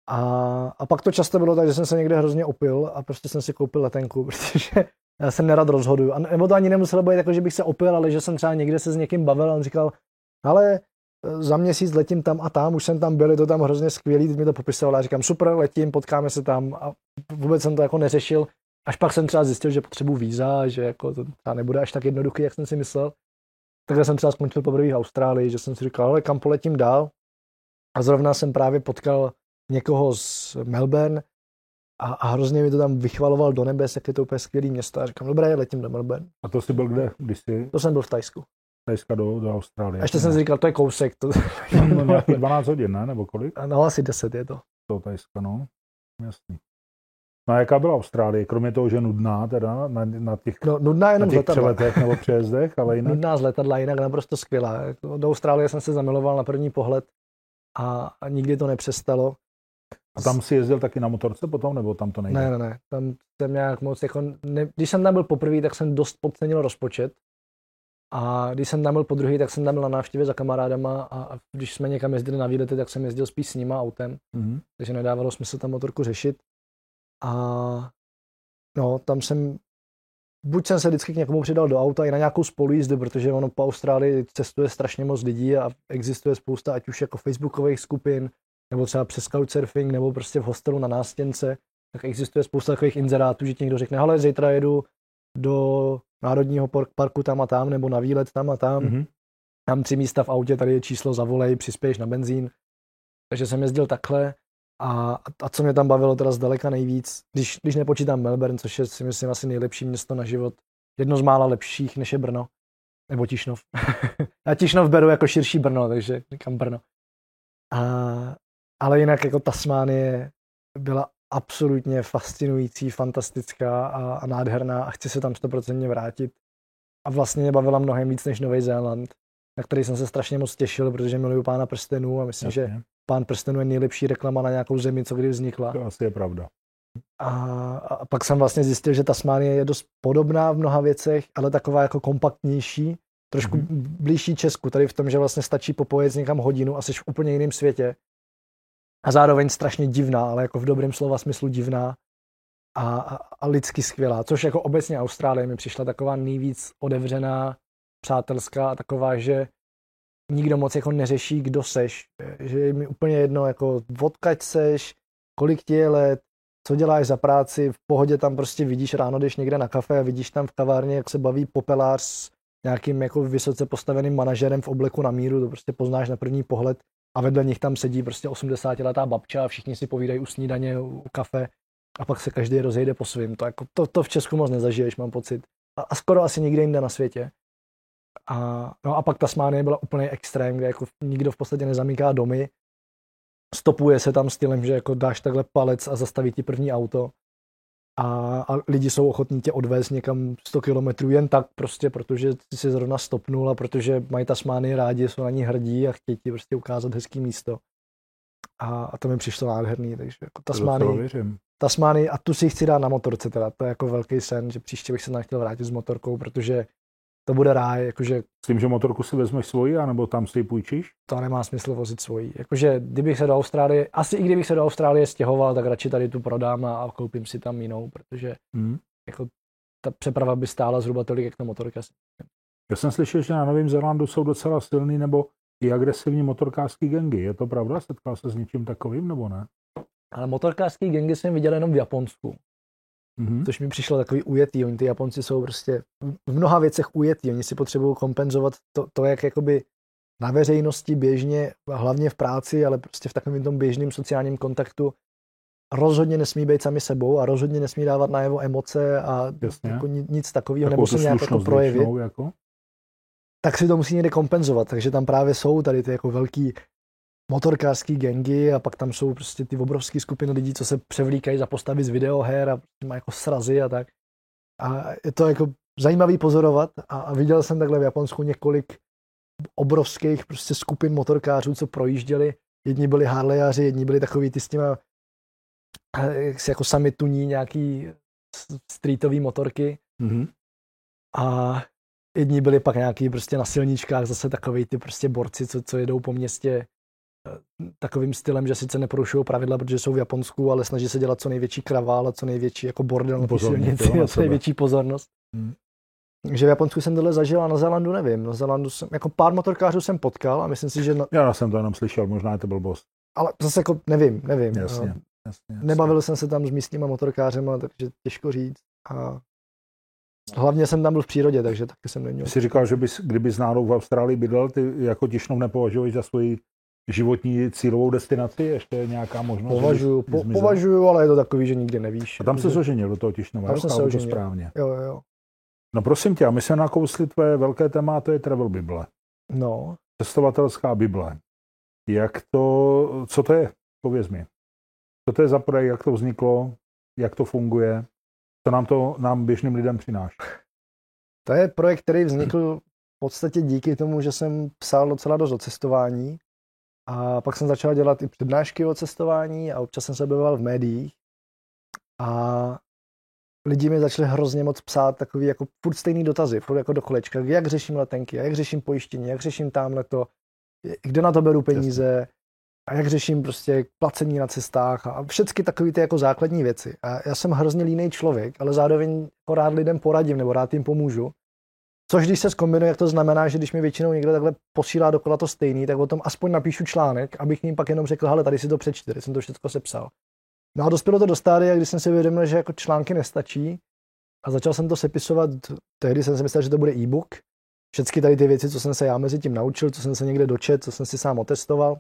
A pak to často bylo tak, že jsem se někde hrozně opil a prostě jsem si koupil letenku, protože já se nerad rozhoduju. A nebo to ani nemuselo být jako, že bych se opil, ale že jsem třeba někde se s někým bavil a on říkal, ale za měsíc letím tam a tam, už jsem tam byl, je to tam hrozně skvělý, teď mi to popisoval a říkám, super, letím, potkáme se tam a vůbec jsem to jako neřešil. Až pak jsem třeba zjistil, že potřebuji víza, že jako to třeba nebude až tak jednoduchý, jak jsem si myslel. Takhle jsem třeba skončil poprvé v Austrálii, že jsem si říkal, ale kam poletím dál. A zrovna jsem právě potkal někoho z Melbourne a hrozně mi to tam vychvaloval do nebes, jak je to úplně skvělý město. A říkám, dobré, letím do Melbourne. A to jsi byl kde? Když jsi? To jsem byl v Tajsku. Tajska do Austrálie. A ještě jsem si říkal, to je kousek. To... No, nějaký 12 hodin, ne? Nebo kolik? No, asi 10 je to. To Tajska, no. Jasný. No a jaká byla Austrálie? Kromě toho, že nudná teda na těch, nudná jenom na těch přeletech nebo přejezdech, ale jinak? Nudná z letadla, jinak naprosto skvělá. Do Austrálie jsem se zamiloval na první pohled a nikdy to nepřestalo. A tam si jezdil taky na motorce potom, nebo tam to nejde? Ne. Tam jsem nějak moc, jako když jsem tam byl poprvé, tak jsem dost podcenil rozpočet. A když jsem tam byl podruhý, tak jsem tam byl na návštěvě za kamarádama a když jsme někam jezdili na výlety, tak jsem jezdil spíš s nima autem. Mm-hmm. Takže nedávalo smysl tam motorku řešit. A no, tam buď jsem se vždycky k někomu přidal do auta i na nějakou spolujízdu, protože ono po Austrálii cestuje strašně moc lidí a existuje spousta, ať už jako facebookových skupin, nebo třeba přes couchsurfing, nebo prostě v hostelu na nástěnce, tak existuje spousta takových inzerátů, že ti někdo řekne, hele, zítra jedu do Národního parku tam a tam, nebo na výlet tam a tam. Mm-hmm. Tam 3 místa v autě, tady je číslo, zavolej, přispěješ na benzín. Takže jsem jezdil takhle. A co mě tam bavilo teda zdaleka nejvíc, když nepočítám Melbourne, což je si myslím asi nejlepší město na život, jedno z mála lepších, než je Brno, nebo Tišnov. Já Tišnov beru jako širší Brno, takže říkám Brno. Ale jinak jako Tasmánie byla absolutně fascinující, fantastická a nádherná a chci se tam 100% vrátit. A vlastně mě bavila mnohem víc než Nový Zéland, na který jsem se strašně moc těšil, protože miluju Pána prstenů a myslím, že Pán prstenů je nejlepší reklama na nějakou zemi, co kdy vznikla. To asi je pravda. A pak jsem vlastně zjistil, že Tasmánie je dost podobná v mnoha věcech, ale taková jako kompaktnější, trošku blížší Česku, tady v tom, že vlastně stačí popojet někam hodinu a jsi v úplně jiném světě. A zároveň strašně divná, ale jako v dobrém slova smyslu divná a lidsky skvělá, což jako obecně Austrálie mi přišla taková nejvíc otevřená, přátelská a taková, že nikdo moc jako neřeší, kdo seš, že je mi úplně jedno, jako odkud seš, kolik ti je let, co děláš za práci, v pohodě tam prostě vidíš, ráno jdeš někde na kafe a vidíš tam v kavárně, jak se baví popelář s nějakým jako vysoce postaveným manažerem v obleku na míru, to prostě poznáš na první pohled a vedle nich tam sedí prostě 80letá babča a všichni si povídají u snídaně, u kafe a pak se každý rozejde po svým. To v Česku moc nezažiješ, mám pocit. A skoro asi nikde jinde na světě. A pak Tasmánie byla úplně extrém, kde jako nikdo v podstatě nezamyká domy. Stopuje se tam stylem, že jako dáš takhle palec a zastaví ti první auto. A lidi jsou ochotní tě odvést někam 100 kilometrů jen tak prostě, protože ty si zrovna stopnul a protože mají Tasmánii rádi, jsou na ní hrdí a chtějí ti prostě ukázat hezký místo. A to mi přišlo nádherný, takže jako Tasmánii a tu si chci dát na motorce teda, to je jako velký sen, že příště bych se tam chtěl vrátit s motorkou, protože to bude ráj, jakože... S tím, že motorku si vezmeš svoji, anebo tam si ji půjčíš? To nemá smysl vozit svoji. Jakože kdybych se do Austrálie, asi i kdybych se do Austrálie stěhoval, tak radši tady tu prodám a koupím si tam jinou, protože jako ta přeprava by stála zhruba tolik, jak ta motorka. Já jsem slyšel, že na Novém Zélandu jsou docela silný nebo i agresivní motorkářský gangy. Je to pravda? Setkal se s něčím takovým, nebo ne? Ale motorkářský gangy jsem viděl jenom v Japonsku. Což mi přišlo takový ujetý. Oni ty Japonci jsou prostě v mnoha věcech ujetý. Oni si potřebují kompenzovat to, jak jakoby na veřejnosti běžně, hlavně v práci, ale prostě v takovém tom běžném sociálním kontaktu rozhodně nesmí být sami sebou a rozhodně nesmí dávat najevo emoce a jako nic takového, nebo se nějak jako projevit. Jako? Tak si to musí někde kompenzovat. Takže tam právě jsou tady ty jako velký motorkářský gangy a pak tam jsou prostě ty obrovské skupiny lidí, co se převlíkají za postavy z videoher a mají jako srazy a tak. A je to jako zajímavý pozorovat a viděl jsem takhle v Japonsku několik obrovských prostě skupin motorkářů, co projížděli. Jedni byli harlejaři, jedni byli takový ty s těma, jak si jako sami tuní nějaký streetový motorky. A jedni byli pak nějaký prostě na silničkách, zase takový ty prostě borci, co jedou po městě takovým stylem, že sice neporušují pravidla, protože jsou v Japonsku, ale snaží se dělat co největší kravál a co největší jako bordel na té silnici a co největší pozornost. Takže v Japonsku jsem tohle zažil a na Zélandu nevím. Na Zélandu jsem, jako pár motorkářů jsem potkal a myslím si, že... Já jsem to jenom slyšel, možná je to blbost. Ale zase jako nevím. Jasně. Nebavil jsem se tam s místníma motorkářema, takže těžko říct. A hlavně jsem tam byl v přírodě, takže taky jsem neměl. Jsi říkal, že kdyby náhodou v Austrálii bydlel, ty jako Tišnov nepovažuješ za svoji životní cílovou destinaci? Ještě je nějaká možnost? Považuju, ale je to takový, že nikdy nevíš. A tam se oženil do toho Tišnova, tam jsem se oženil. Správně. Jo. No prosím tě, a my se nakousli tvoje velké téma, to je travel bible. No. Cestovatelská bible. Co to je? Pověz mi. Co to je za projekt, jak to vzniklo, jak to funguje, co nám běžným lidem přináší? To je projekt, který vznikl v podstatě díky tomu, že jsem psal docela dost o cestování a pak jsem začal dělat i přednášky o cestování a občas jsem se objevoval v médiích a lidi mi začali hrozně moc psát takový jako furt stejný dotazy, furt jako do kolečka, jak řeším letenky, jak řeším pojištění, jak řeším tamhleto, kde na to beru peníze a jak řeším prostě placení na cestách a všechny takové ty jako základní věci. A já jsem hrozně línej člověk, ale zároveň jako rád lidem poradím nebo rád jim pomůžu. Což když se zkombinuje, jak to znamená, že když mi většinou někdo takhle posílá dokola to stejný, tak o tom aspoň napíšu článek, abych jim pak jenom řekl, hele, tady si to přečti, tady jsem to všechno sepsal. No a dospělo to do stádia, kdy jsem si uvědomil, že jako články nestačí a začal jsem to sepisovat, tehdy jsem si myslel, že to bude e-book. Všechny tady ty věci, co jsem se já mezi tím naučil, co jsem se někde dočet, co jsem si sám otestoval.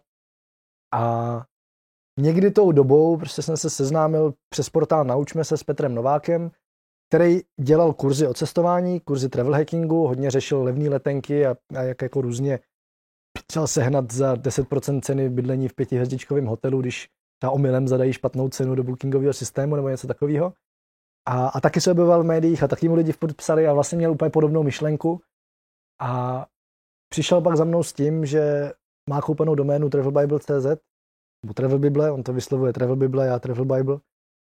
A někdy tou dobou prostě jsem se seznámil přes portál Naučme se s Petrem Novákem, který dělal kurzy o cestování, kurzy travel hackingu, hodně řešil levné letenky a jak jako různě chtěl sehnat za 10% ceny bydlení v 5hvězdičkovém hotelu, když ta omylem zadají špatnou cenu do bookingového systému nebo něco takového. A taky se objevoval v médiích a taky mu lidi furt psali a vlastně měl úplně podobnou myšlenku. A přišel pak za mnou s tím, že má koupenou doménu travelbible.cz nebo Travel Bible, on to vyslovuje Travel Bible, já Travel Bible.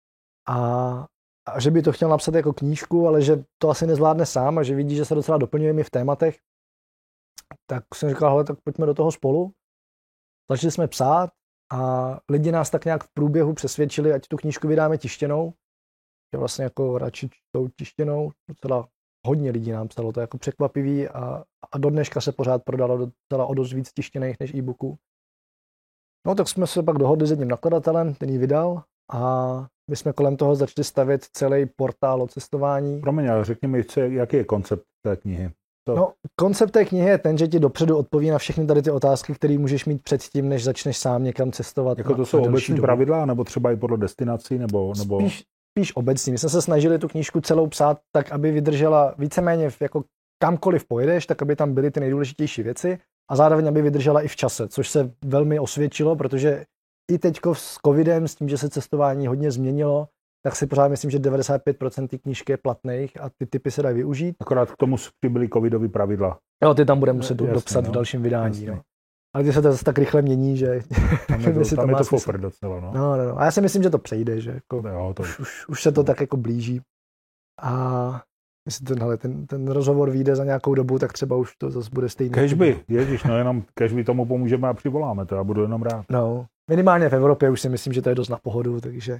A že by to chtěl napsat jako knížku, ale že to asi nezvládne sám a že vidí, že se docela doplňujeme v tématech. Tak jsem říkal, hele, tak pojďme do toho spolu. Začali jsme psát a lidi nás tak nějak v průběhu přesvědčili, ať tu knížku vydáme tištěnou. Že vlastně jako radši tou tištěnou. Docela hodně lidí nám psalo, to je jako překvapivý a do dneška se pořád prodalo docela o dost víc tištěných než e-booků. No tak jsme se pak dohodli s jedním nakladatelem, ten ji vydal a my jsme kolem toho začali stavět celý portál o cestování. Promiň, ale řekni mi, jaký je koncept té knihy? No, koncept té knihy je ten, že ti dopředu odpoví na všechny tady ty otázky, které můžeš mít předtím, než začneš sám někam cestovat. Jako to jsou obecné pravidla, nebo třeba i podle destinací, nebo... Spíš obecný. My jsme se snažili tu knížku celou psát tak, aby vydržela víceméně jako kamkoliv pojedeš, tak aby tam byly ty nejdůležitější věci a zároveň, aby vydržela i v čase, což se velmi osvědčilo, protože i teďko s covidem, s tím, že se cestování hodně změnilo, tak si pořád myslím, že 95% té knížky je platných a ty typy se dají využít. Akorát k tomu přibyly covidové pravidla. Jo, ty tam budeme muset dopsat v dalším vydání. No. Ale ty se to zase tak rychle mění, že... Tam je to fofr docela, no. No. A já si myslím, že to přejde, že jako jo, už se to tak jako blíží. A jestli ten rozhovor vyjde za nějakou dobu, tak třeba už to zase bude stejný. Kežby, ježiš, no jenom kežby tomu pomůžeme a přivoláme to, já budu jenom rád. No, minimálně v Evropě už si myslím, že to je dost na pohodu, takže...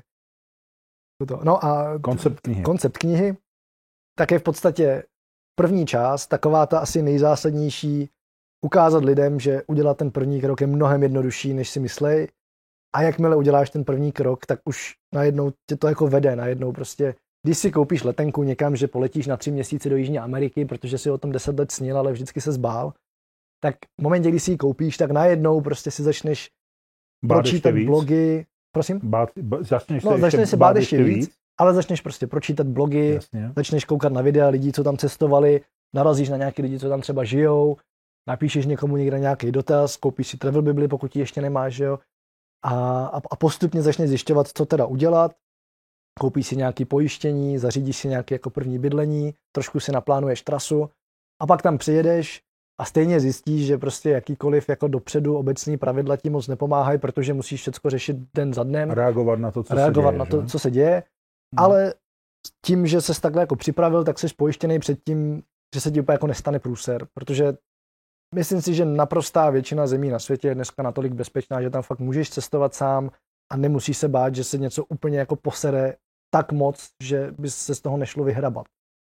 No a koncept knihy, tak je v podstatě první část, taková ta asi nejzásadnější, ukázat lidem, že udělat ten první krok je mnohem jednodušší, než si myslej. A jakmile uděláš ten první krok, tak už najednou tě to jako vede, najednou prostě, když si koupíš letenku někam, že poletíš na 3 měsíce do Jižní Ameriky, protože si o tom 10 let snil, ale vždycky se zbál, tak v momentě, kdy si ji koupíš, tak najednou prostě si začneš pročítat blogy. Prosím? Začneš se bát ještě víc, ale začneš prostě pročítat blogy, jasně. Začneš koukat na videa lidí, co tam cestovali, narazíš na nějaký lidi, co tam třeba žijou, napíšeš někomu někde nějaký dotaz, koupíš si Travel Bibli, pokud ji ještě nemáš, jo? A postupně začneš zjišťovat, co teda udělat, koupíš si nějaké pojištění, zařídíš si nějaké jako první bydlení, trošku si naplánuješ trasu a pak tam přijedeš a stejně zjistíš, že prostě jakýkoliv jako dopředu obecní pravidla ti moc nepomáhají, protože musíš všechno řešit den za dnem. Reagovat na to, co se děje. Ale tím, že ses takhle jako připravil, tak jsi pojištěný před tím, že se ti úplně jako nestane průser, protože myslím si, že naprostá většina zemí na světě je dneska natolik bezpečná, že tam fakt můžeš cestovat sám a nemusíš se bát, že se něco úplně jako posere tak moc, že by se z toho nešlo vyhrabat.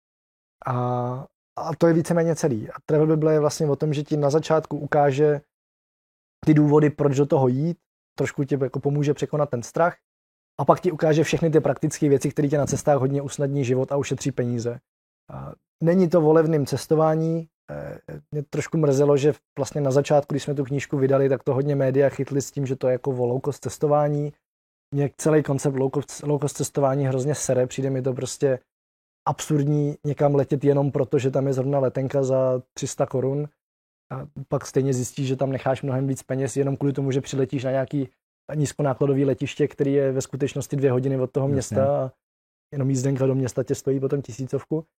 A to je víceméně celý. A Travel Bible je vlastně o tom, že ti na začátku ukáže ty důvody, proč do toho jít, trošku ti jako pomůže překonat ten strach a pak ti ukáže všechny ty praktické věci, které tě na cestách hodně usnadní život a ušetří peníze. A není to o levném cestování. Mě trošku mrzelo, že vlastně na začátku, když jsme tu knížku vydali, tak to hodně média chytli s tím, že to je jako o low cost cestování. Mě celý koncept low cost cestování hrozně sere, přijde mi to prostě absurdní někam letět jenom proto, že tam je zrovna letenka za 300 korun a pak stejně zjistíš, že tam necháš mnohem víc peněz jenom kvůli tomu, že přiletíš na nějaký nízkonákladový letiště, který je ve skutečnosti 2 hodiny od toho města a jenom jízdenka do města tě stojí potom 1000.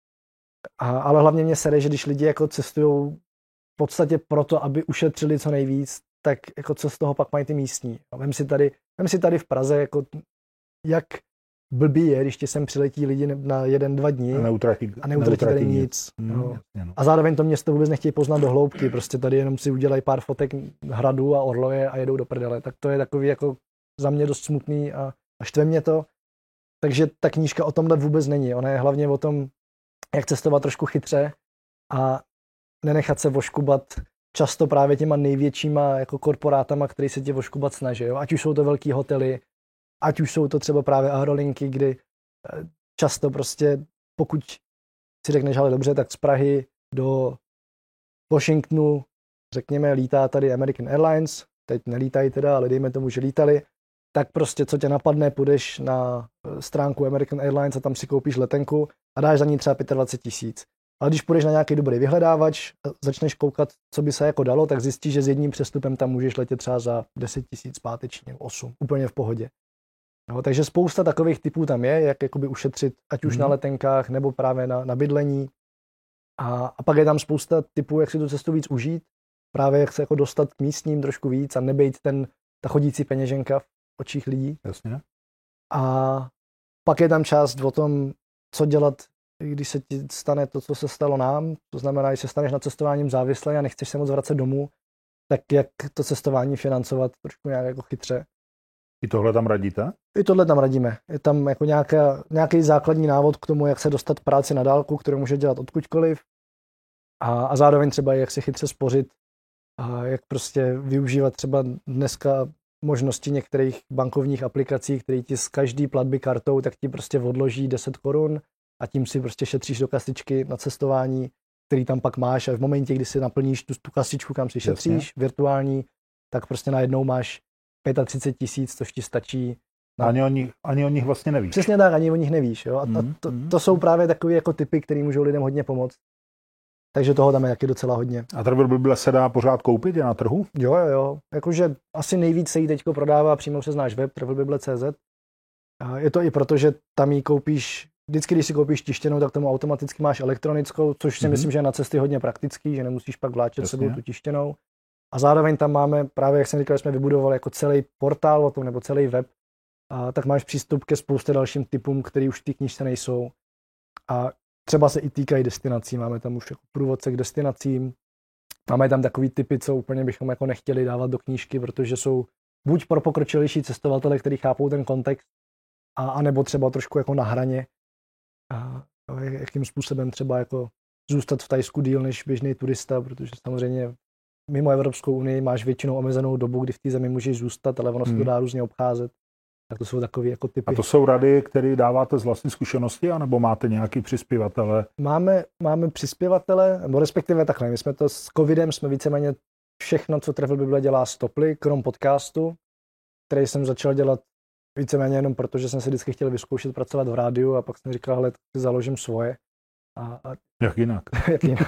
Ale hlavně mě sere, že když lidi jako cestujou v podstatě proto, aby ušetřili co nejvíc, tak jako co z toho pak mají ty místní. Vem si tady v Praze, jako jak blbý je, když ti sem přiletí lidi na 1-2 dny a neutratí tady nic. A zároveň to město vůbec nechtějí poznat do hloubky, prostě tady jenom si udělají pár fotek hradu a orloje a jedou do prdele. Tak to je takový jako za mě dost smutný a štve mě to. Takže ta knížka o tomhle vůbec není. Ona je hlavně o tom, jak cestovat trošku chytře a nenechat se voškubat často právě těma největšíma jako korporátama, který se tě voškubat snaží. Jo? Ať už jsou to velký hotely, ať už jsou to třeba právě aerolinky, kdy často prostě, pokud si řekneš, ale dobře, tak z Prahy do Washingtonu, řekněme, lítá tady American Airlines, teď nelítají teda, ale dejme tomu, že lítali, tak prostě co tě napadne, půjdeš na stránku American Airlines a tam si koupíš letenku a dáš za ní třeba 25 000. Ale když půjdeš na nějaký dobrý vyhledávač, začneš koukat, co by se jako dalo, tak zjistíš, že s jedním přestupem tam můžeš letět třeba za 10 000 zpátečně, 8, úplně v pohodě. No, takže spousta takových typů tam je, jak jakoby ušetřit, ať už na letenkách, nebo právě na bydlení. A pak je tam spousta typů, jak si tu cestu víc užít, právě jak se jako dostat k místním trošku víc a nebejt ta chodící peněženka v očích lidí. Jasně. A pak je tam část o tom, co dělat, když se ti stane to, co se stalo nám. To znamená, když se staneš na cestováním závislý a nechceš se moc vracet domů, tak jak to cestování financovat trošku nějak jako chytře. I tohle tam radíte? I tohle tam radíme. Je tam jako nějaký základní návod k tomu, jak se dostat práci na dálku, kterou může dělat odkudkoliv. A zároveň třeba jak se chytře spořit a jak prostě využívat třeba dneska možnosti některých bankovních aplikací, které ti z každý platby kartou, tak ti prostě odloží 10 korun a tím si prostě šetříš do kasičky na cestování, který tam pak máš a v momentě, kdy si naplníš tu kasičku, kam si šetříš, virtuální, tak prostě najednou máš 35 000, což ti stačí. Ani o nich vlastně nevíš. Přesně tak, ani o nich nevíš. Jo? A to jsou právě takové jako typy, které můžou lidem hodně pomoct. Takže toho tam je taky docela hodně. A Travel Bible se dá pořád koupit, je na trhu? Jo. Jakože asi nejvíc se jí teďko prodává přímo přes náš web travelbible.cz. Je to i proto, že tam jí koupíš, vždycky, když si koupíš tištěnou, tak tomu automaticky máš elektronickou, což si myslím, že je na cesty hodně praktický, že nemusíš pak vláčet sebou tu tištěnou. A zároveň tam máme, právě jak jsem říkal, jsme vybudovali jako celý portál o tom, nebo celý web, tak máš přístup ke spoustě dalším typům, které už v té knížce nejsou. A třeba se i týkají destinací. Máme tam už jako průvodce k destinacím. Máme tam takový typy, co úplně bychom jako nechtěli dávat do knížky, protože jsou buď pro pokročilejší cestovatele, kteří chápou ten kontext, a nebo třeba trošku jako na hraně. A jakým způsobem třeba jako zůstat v Thajsku díl než běžný turista, protože samozřejmě mimo Evropskou unii máš většinou omezenou dobu, kdy v té zemi můžeš zůstat, ale ono se to dá různě obcházet. Tak to jsou takové jako typy. A to jsou rady, které dáváte z vlastní zkušenosti, anebo máte nějaký přispěvatele? Máme přispěvatele, nebo respektive takhle. My jsme to s covidem, jsme víceméně všechno, co Travel Bible dělá, stopli, krom podcastu, který jsem začal dělat víceméně jenom proto, že jsem si vždycky chtěl vyzkoušet pracovat v rádiu a pak jsem říkal, hele, tak si založím svoje. Jak jinak? Jak jinak.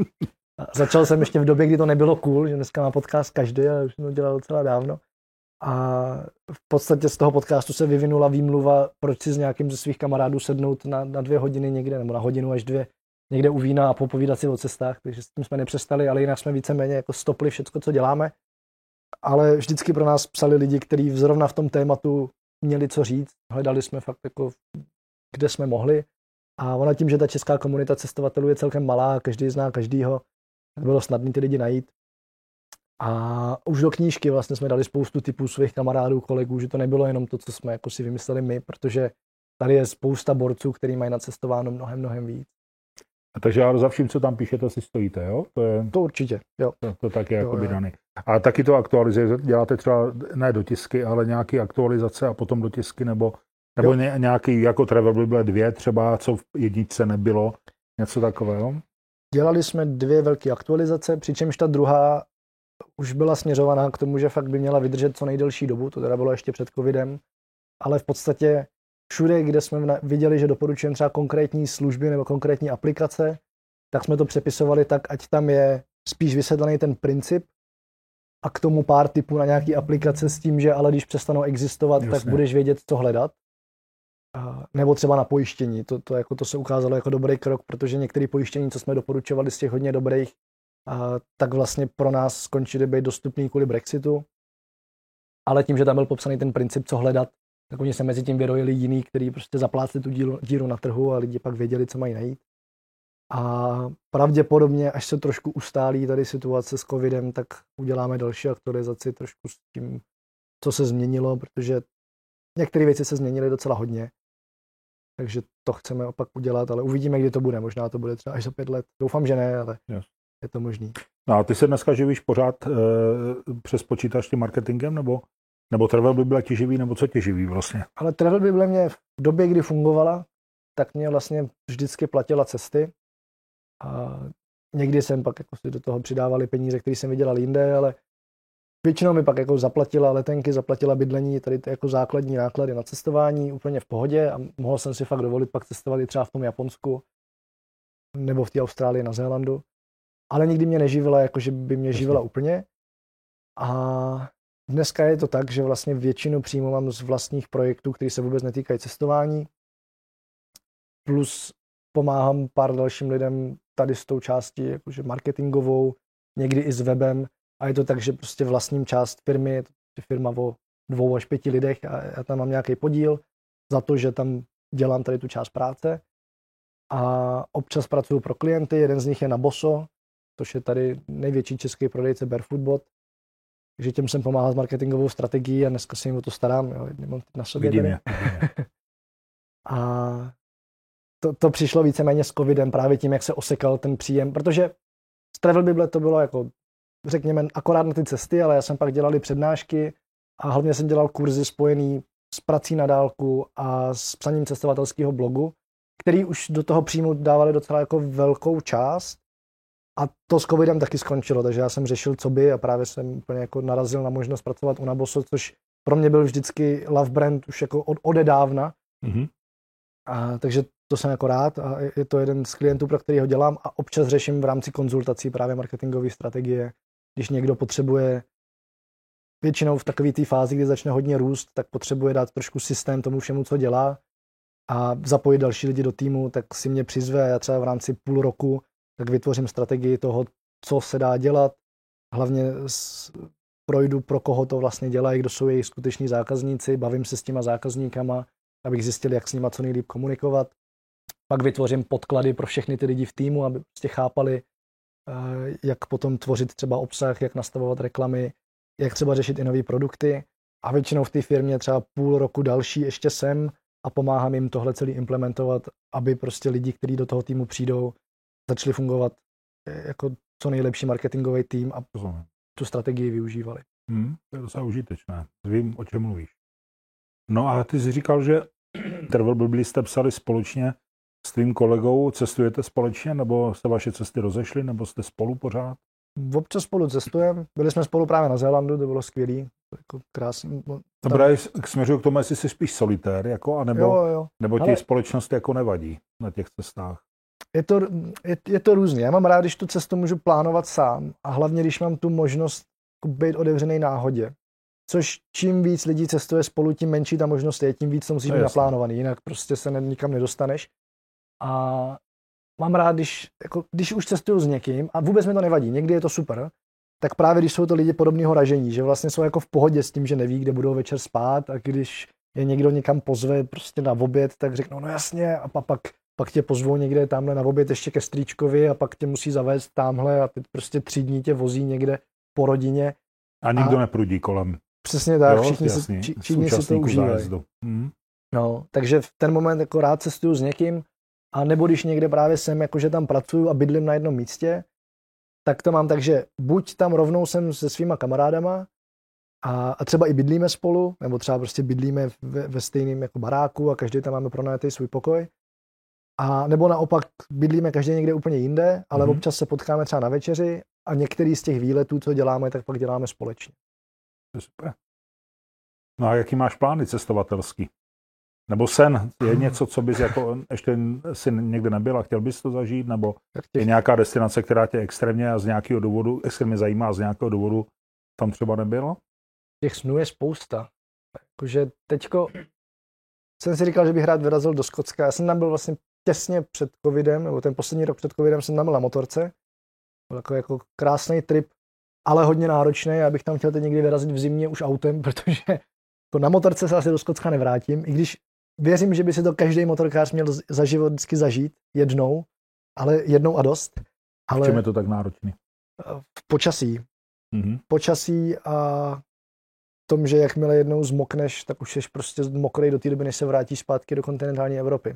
Začal jsem ještě v době, kdy to nebylo cool, že dneska má podcast každý, ale už jsem to dělal docela dávno. A v podstatě z toho podcastu se vyvinula výmluva, proč si s nějakým ze svých kamarádů sednout na 2 hodiny někde, nebo na hodinu až 2 někde u vína a popovídat si o cestách, takže s tím jsme nepřestali, ale jinak jsme víceméně jako stopli všecko, co děláme. Ale vždycky pro nás psali lidi, kteří zrovna v tom tématu měli co říct. Hledali jsme fakt jako, kde jsme mohli. A ona tím, že ta česká komunita cestovatelů je celkem malá, každý zná každýho, bylo snadné ty lidi najít. A už do knížky vlastně jsme dali spoustu typů svých kamarádů, kolegů, že to nebylo jenom to, co jsme jako si vymysleli my, protože tady je spousta borců, kteří mají nacestováno mnohem víc. A takže ale za vším, co tam píšete, si stojíte, jo? To určitě, jo. To tak je jakoby daný. A taky to aktualizujete, děláte třeba ne dotisky, ale nějaké aktualizace a potom dotisky, nebo nějaký jako Travel Bible 2 třeba, co v jedničce nebylo, něco takového? Dělali jsme 2 velké aktualizace, přičemž ta druhá už byla směřovaná k tomu, že fakt by měla vydržet co nejdelší dobu, to teda bylo ještě před covidem, ale v podstatě všude, kde jsme viděli, že doporučujeme třeba konkrétní služby nebo konkrétní aplikace, tak jsme to přepisovali tak, ať tam je spíš vysvětlený ten princip a k tomu pár tipů na nějaký aplikace s tím, že ale když přestanou existovat, tak budeš vědět, co hledat. Nebo třeba na pojištění. To se ukázalo jako dobrý krok, protože některé pojištění, co jsme doporučovali z těch hodně dobrých, tak vlastně pro nás skončily být dostupný kvůli Brexitu. Ale tím, že tam byl popsaný ten princip, co hledat, tak oni se mezi tím vyrojili jiný, který prostě zaplácli tu díru na trhu a lidi pak věděli, co mají najít. A pravděpodobně, až se trošku ustálí tady situace s covidem, tak uděláme další aktualizaci trošku s tím, co se změnilo, protože některé věci se změnily docela hodně. Takže to chceme opak udělat, ale uvidíme, kdy to bude. Možná to bude třeba až za 5 let. Doufám, že ne, ale je to možný. No a ty se dneska živíš pořád přes počítač tím marketingem, nebo Travel Bible ti živí, nebo co tě živí vlastně? Ale Travel Bible mě v době, kdy fungovala, tak mě vlastně vždycky platila cesty. A někdy jsem pak jako si do toho přidávali peníze, které jsem vydělal jinde, ale většinou mi pak jako zaplatila letenky, zaplatila bydlení, tady ty jako základní náklady na cestování úplně v pohodě a mohl jsem si fakt dovolit pak cestovat i třeba v tom Japonsku nebo v té Austrálii, na Zélandu. Ale nikdy mě neživila, jakože by mě živila úplně. A dneska je to tak, že vlastně většinu příjmu mám z vlastních projektů, které se vůbec netýkají cestování. Plus pomáhám pár dalším lidem tady s tou částí jakože marketingovou, někdy i s webem. A je to tak, že prostě vlastním část firmy, je to firma o 2 až 5 lidech a já tam mám nějaký podíl za to, že tam dělám tady tu část práce. A občas pracuji pro klienty, jeden z nich je na Boso, což je tady největší český prodejce Barefootbot. Takže těm jsem pomáhal s marketingovou strategií a dneska se jim o to starám. Jo, mám na sobě. Vidíme. A to přišlo víceméně s covidem, právě tím, jak se osekal ten příjem, protože z Travel Bible to bylo jako, řekněme, akorát na ty cesty, ale já jsem pak dělal přednášky a hlavně jsem dělal kurzy spojený s prací na dálku a s psaním cestovatelského blogu, který už do toho příjmu dávali docela jako velkou část. A to s covidem taky skončilo, takže já jsem řešil, co by, a právě jsem úplně jako narazil na možnost pracovat u Naboso, což pro mě byl vždycky love brand už jako odedávna. Mm-hmm. Takže to jsem jako rád a je to jeden z klientů, pro kterého dělám a občas řeším v rámci konzultací právě marketingové strategie. Když někdo potřebuje, většinou v takové té fázi, kdy začne hodně růst, tak potřebuje dát trošku systém tomu všemu, co dělá a zapojit další lidi do týmu, tak si mě přizve a já třeba v rámci půl roku tak vytvořím strategii toho, co se dá dělat. Hlavně projdu, pro koho to vlastně dělají, kdo jsou jejich skuteční zákazníci, bavím se s těma zákazníkama, abych zjistil, jak s nima co nejlíp komunikovat. Pak vytvořím podklady pro všechny ty lidi v týmu, aby prostě chápali, jak potom tvořit třeba obsah, jak nastavovat reklamy, jak třeba řešit i nové produkty. A většinou v té firmě třeba půl roku další ještě jsem a pomáhám jim tohle celý implementovat, aby prostě lidi, kteří do toho týmu přijdou, začali fungovat jako co nejlepší marketingový tým a tu strategii využívali. To je docela užitečné. Vím, o čem mluvíš. No a ty jsi říkal, že Travel Bible jste psali společně s tvým kolegou. Cestujete společně, nebo se vaše cesty rozešly, nebo jste spolu pořád? Občas spolu cestujeme. Byli jsme spolu právě na Zélandu, to bylo skvělý. Jako krásný. Dobré, směřuju k tomu, jestli jsi spíš solitér, jako, anebo, jo. Nebo ti společnost jako nevadí na těch cestách? Je to různý. Já mám rád, když tu cestu můžu plánovat sám a hlavně, když mám tu možnost být otevřený náhodě. Což čím víc lidí cestuje spolu, tím menší ta možnost je, tím víc to musí být naplánovaný, jinak prostě se nikam nedostaneš. A mám rád, když už cestuju s někým a vůbec mi to nevadí, někdy je to super, tak právě když jsou to lidi podobného ražení, že vlastně jsou jako v pohodě s tím, že neví, kde budou večer spát a když je někdo někam pozve prostě na oběd, tak řeknou, no jasně a pak tě pozvou někde tamhle na oběd ještě ke strýčkovi a pak tě musí zavést tamhle a teď prostě 3 dní tě vozí někde, po rodině. A nikdo neprudí kolem. Přesně tak, jo, všichni si to užívají. No, takže v ten moment jako rád cestuju s někým, a nebo když někde právě jsem, jakože tam pracuju a bydlím na jednom místě, tak to mám tak, že buď tam rovnou jsem se svýma kamarádama a třeba i bydlíme spolu, nebo třeba prostě bydlíme ve stejném jako baráku a každý tam máme pronajatý svůj pokoj. A nebo naopak bydlíme každý někde úplně jinde, ale občas se potkáme třeba na večeři a některý z těch výletů, co děláme, tak pak děláme společně. To je super. No a jaký máš plány cestovatelský? Nebo sen je něco, co bys jako ještě si někde nebyl a chtěl bys to zažít? Nebo je nějaká destinace, která tě extrémně a z nějakého důvodu, extrémně zajímá a z nějakého důvodu tam třeba nebylo? Těch snů je spousta. Jakože teďko jsem si říkal, že bych rád vyrazil do Skotska. Já jsem tam byl vlastně těsně před covidem, nebo ten poslední rok před covidem jsem tam byl na motorce. Byl jako krásný trip, ale hodně náročný. Já bych tam chtěl teď někdy vyrazit v zimě už autem, protože to na motorce se asi do Skotska nevrátím. I když věřím, že by si to každý motorkář měl za život vždycky zažít jednou, ale jednou a dost. Ale v čem je to tak náročný? V počasí. Počasí a tom, že jakmile jednou zmokneš, tak už jsi prostě mokrej do té doby, než se vrátíš zpátky do kontinentální Evropy.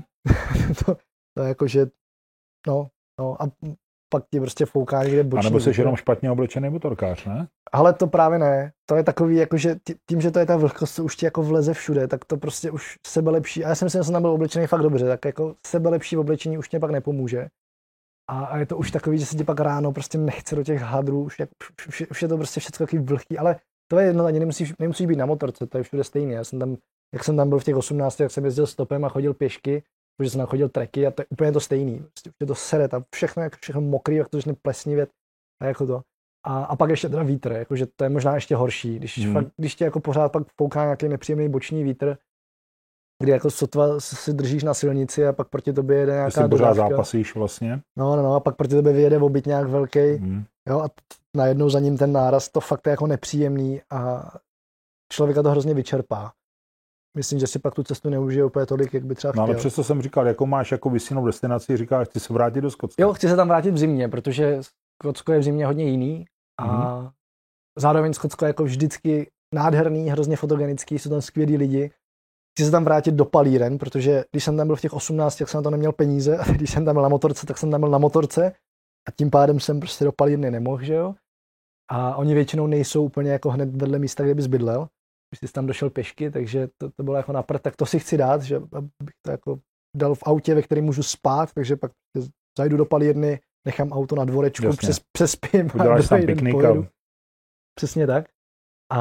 to je jako, že no a pak ti prostě fouká někde boční. A nebo jsi jenom špatně oblečený motorkář, ne? Ale to právě ne. To je takový, jakože tím, že to je ta vlhkost, co už ti jako vleze všude, tak to prostě už sebelepší. A já si myslím, že jsem tam byl oblečený fakt dobře, tak jako sebelepší oblečení už tě pak nepomůže. A je to už takový, že se ti pak ráno prostě nechce do těch hadrů, už je to prostě všechno takový vlhký, ale to je jedno, ani nemusíš být na motorce, to je všude stejné. Jak jsem tam byl v těch 18, tak jsem jezdil stopem a chodil pěšky, protože jsem nachodil treky a to je úplně to stejný. Prostě už je to sere, tam všechno mokrý, jak to začne plesnivět a jako to. A pak ještě teda vítr, jakože to je možná ještě horší, když tě jako pořád pak fouká nějaký nepříjemný boční vítr, kdy jako sotva si držíš na silnici a pak proti tobě jede nějaká dodávka. Pořád zápasíš vlastně. No, a pak proti tobě vyjede obyt nějak velký. Jo, a najednou za ním ten náraz, to fakt je jako nepříjemný a člověka to hrozně vyčerpá. Myslím, že si pak tu cestu neužije úplně tolik, jak by třeba chtěl. No ale přesto jsem říkal, jako máš jako vysněnou destinaci, říkáš, chci se vrátit do Skotska. Jo, chci se tam vrátit v zimě, protože Skotsko je v zimě hodně jiný a zároveň Skotsko je jako vždycky nádherný, hrozně fotogenický, jsou tam skvělí lidi. Chci se tam vrátit do palíren, protože když jsem tam byl v těch 18, tak jsem na to neměl peníze a když jsem tam byl na motorce, tak jsem tam byl na motorce a tím pádem jsem prostě do palírny nemohl, že jo. A oni většinou nejsou úplně jako hned vedle místa, kde bys bydlel. Když jsi tam došel pěšky, takže to bylo jako na prd, tak to si chci dát, že bych to jako dal v autě, ve kterém můžu spát, takže pak zajdu do palírny, nechám auto na dvorečku, přespím a tam piknik. Přesně tak. A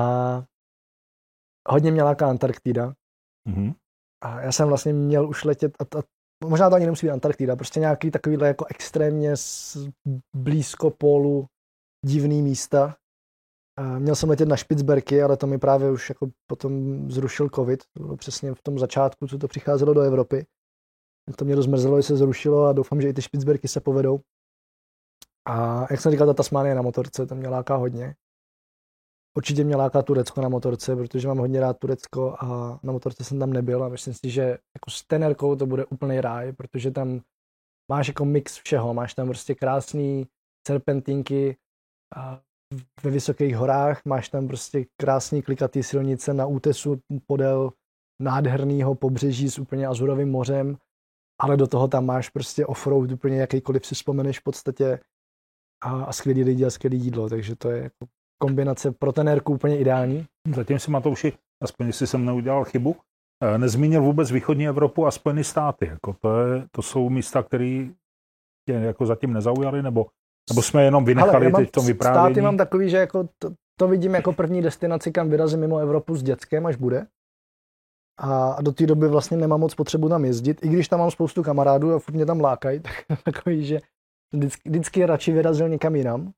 hodně mě láká Antarktida. A já jsem vlastně měl už letět, a možná to ani nemusí být Antarktida, prostě nějaký takovýhle jako extrémně blízko pólu divný místa. A měl jsem letět na Špicberky, ale to mi právě už jako potom zrušil covid. To bylo přesně v tom začátku, co to přicházelo do Evropy. To mě rozmrzelo, že se zrušilo a doufám, že i ty Špicberky se povedou. A jak jsem říkal, ta Tasmánie na motorce, to mě láká hodně. Určitě mě láká Turecko na motorce, protože mám hodně rád Turecko a na motorce jsem tam nebyl a myslím si, že jako s tenerkou to bude úplný ráj, protože tam máš jako mix všeho. Máš tam prostě krásný serpentinky ve vysokých horách, máš tam prostě krásný klikatý silnice na útesu podél nádherného pobřeží s úplně azurovým mořem, ale do toho tam máš prostě offroad úplně jakýkoliv si vzpomeneš v podstatě a skvělý lidi a skvělý jídlo, takže to je jako kombinace pro tenérku úplně ideální. Zatím si Matouši, aspoň jestli jsem neudělal chybu, nezmínil vůbec východní Evropu a Spojené státy. Jako to jsou místa, které tě jako zatím nezaujaly, nebo jsme jenom vynechali teď v tom vyprávění? Státy mám takový, že jako to vidím jako první destinaci, kam vyrazím mimo Evropu s dětskem, až bude. A do té doby vlastně nemám moc potřebu tam jezdit, i když tam mám spoustu kamarádů a furt mě tam lákají, tak takový, že vždycky radši vyrazil někam jinam.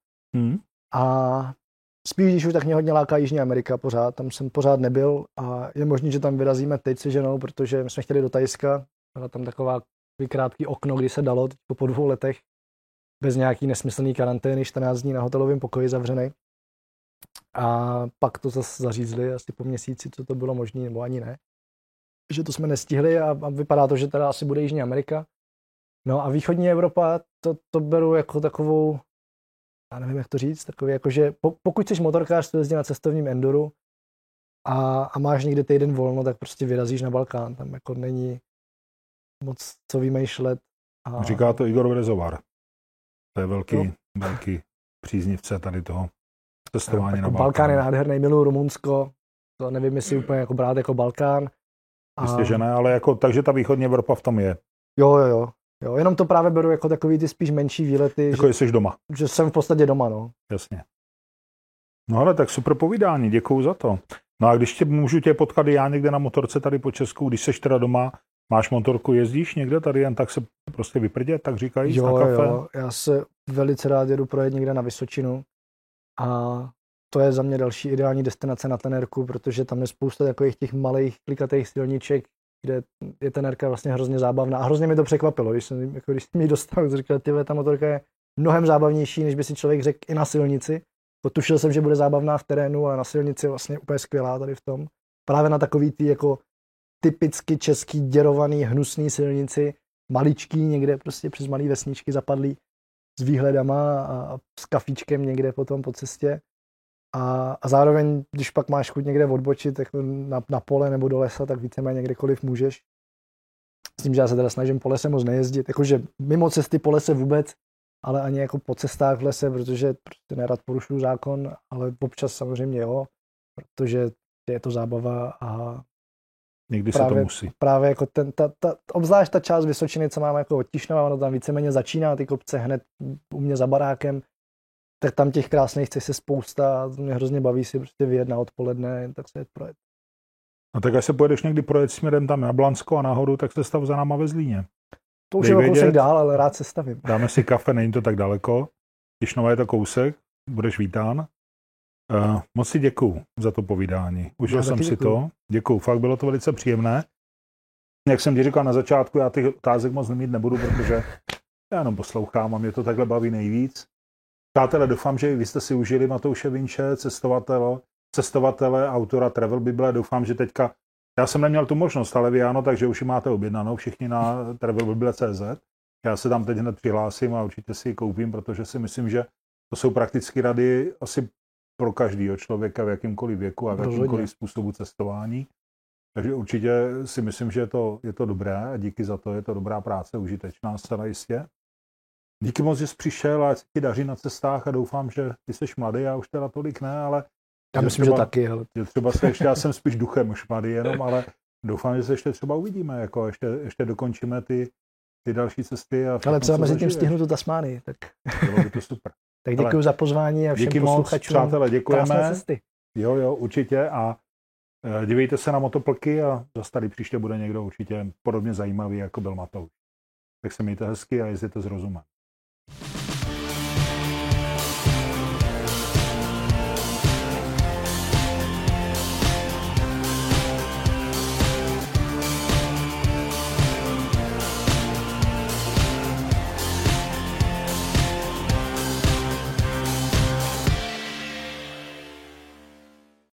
A spíš, když už tak mě hodně láká Jižní Amerika pořád, tam jsem pořád nebyl a je možný, že tam vyrazíme teď se ženou, protože my jsme chtěli do Thajska, byla tam taková krátký okno, kdy se dalo po 2 letech bez nějaký nesmyslný karantény, 14 dní na hotelovém pokoji zavřenej. A pak to zase zařízli asi po měsíci, co to bylo možné, nebo ani ne. Že to jsme nestihli a vypadá to, že teda asi bude Jižní Amerika. No a východní Evropa, to beru jako takovou já nevím, jak to říct, takový jakože, pokud jsi motorkář, to jezdí na cestovním enduru a máš někde týden volno, tak prostě vyrazíš na Balkán, tam jako není moc co vymýšlet. Říká to Igor Brezovar. To je velký příznivce tady toho cestování na Balkán. Balkán je nádherný, miluji Rumunsko, to nevím, jestli úplně jako brát jako Balkán. Myslím, že ne, ale jako, takže ta východní Evropa v tom je. Jo, jenom to právě beru jako takový ty spíš menší výlety. Jako jsi doma. Že jsem v podstatě doma, no. Jasně. No ale tak super povídání, děkuju za to. No a když můžu tě potkat já někde na motorce tady po Česku, když seš teda doma, máš motorku, jezdíš někde tady jen tak se prostě vyprdět, tak říkají na kafe? Jo, já se velice rád jedu projet někde na Vysočinu a to je za mě další ideální destinace na Tenerku, protože tam je spousta takových těch malých klikatých silniček, kde je Tenerka vlastně hrozně zábavná a hrozně mi to překvapilo, když jsem mi dostal, říkal, ta motorka je mnohem zábavnější, než by si člověk řekl i na silnici. Tušil jsem, že bude zábavná v terénu, ale na silnici je vlastně úplně skvělá tady v tom. Právě na takový ty jako typicky český děrovaný, hnusný silnici, maličký někde prostě přes malý vesničky zapadlý s výhledama a s kafíčkem někde potom po cestě. A zároveň, když pak máš chuť někde odbočit jako na pole nebo do lesa, tak víceméně kdekoliv můžeš. S tím, že já se teda snažím po lese moc nejezdit, jakože mimo cesty po lese vůbec, ale ani jako po cestách v lese, protože prostě nerad porušuju zákon, ale občas samozřejmě jo, protože je to zábava a někdy právě, se to musí. Právě jako obzvlášť ta část Vysočiny, co máme jako od Tišnova, ono tam víceméně začíná ty kopce hned u mě za barákem, tak tam těch krásných cest je spousta a mě hrozně baví si prostě vyjet na odpoledne, tak se jet projet. A tak až se pojedeš někdy projet směrem tam na Blansko a nahoru, tak se stav za náma ve Zlíně. To už je kousek dál, ale rád se stavím. Dáme si kafe, není to tak daleko. Tišnova je to kousek, budeš vítán. Moc si děkuju za to povídání. Užil jsem si to. Děkuju, fakt bylo to velice příjemné. Jak jsem ti říkal na začátku, já těch otázek moc nemít nebudu, protože já jenom poslouchám a mě to takhle baví nejvíc. Přátelé, doufám, že vy jste si užili Matouše Vinče, cestovatele, autora Travel Bible. Doufám, že teďka, já jsem neměl tu možnost, ale vy ano, takže už ji máte objednanou všichni na travelbible.cz. Já se tam teď hned přihlásím a určitě si ji koupím, protože si myslím, že to jsou praktické rady asi pro každého člověka v jakýmkoliv věku a v jakýmkoliv způsobu cestování. Takže určitě si myslím, že je to dobré a díky za to, je to dobrá práce, užitečná zcela jistě. Díky moc, že jsi přišel a ti daří na cestách a doufám, že ty jsi mladý, já už teda tolik ne, ale... Já myslím, že taky. Ale... Třeba se ještě, já jsem spíš duchem už mladý jenom, ale doufám, že se ještě třeba uvidíme, jako ještě dokončíme ty další cesty. A ale třeba mezi tím stihnu tu Tasmánii, tak... Bylo by to super. Tak děkuji za pozvání a všem posluchačům. Přátelé, děkujeme. Krásné cesty. Jo, určitě a dívejte se na motoplky a zase tady příště bude někdo určitě podobně zajímavý, jako byl Matouš. Tak se mějte hezky a jezděte s rozumem.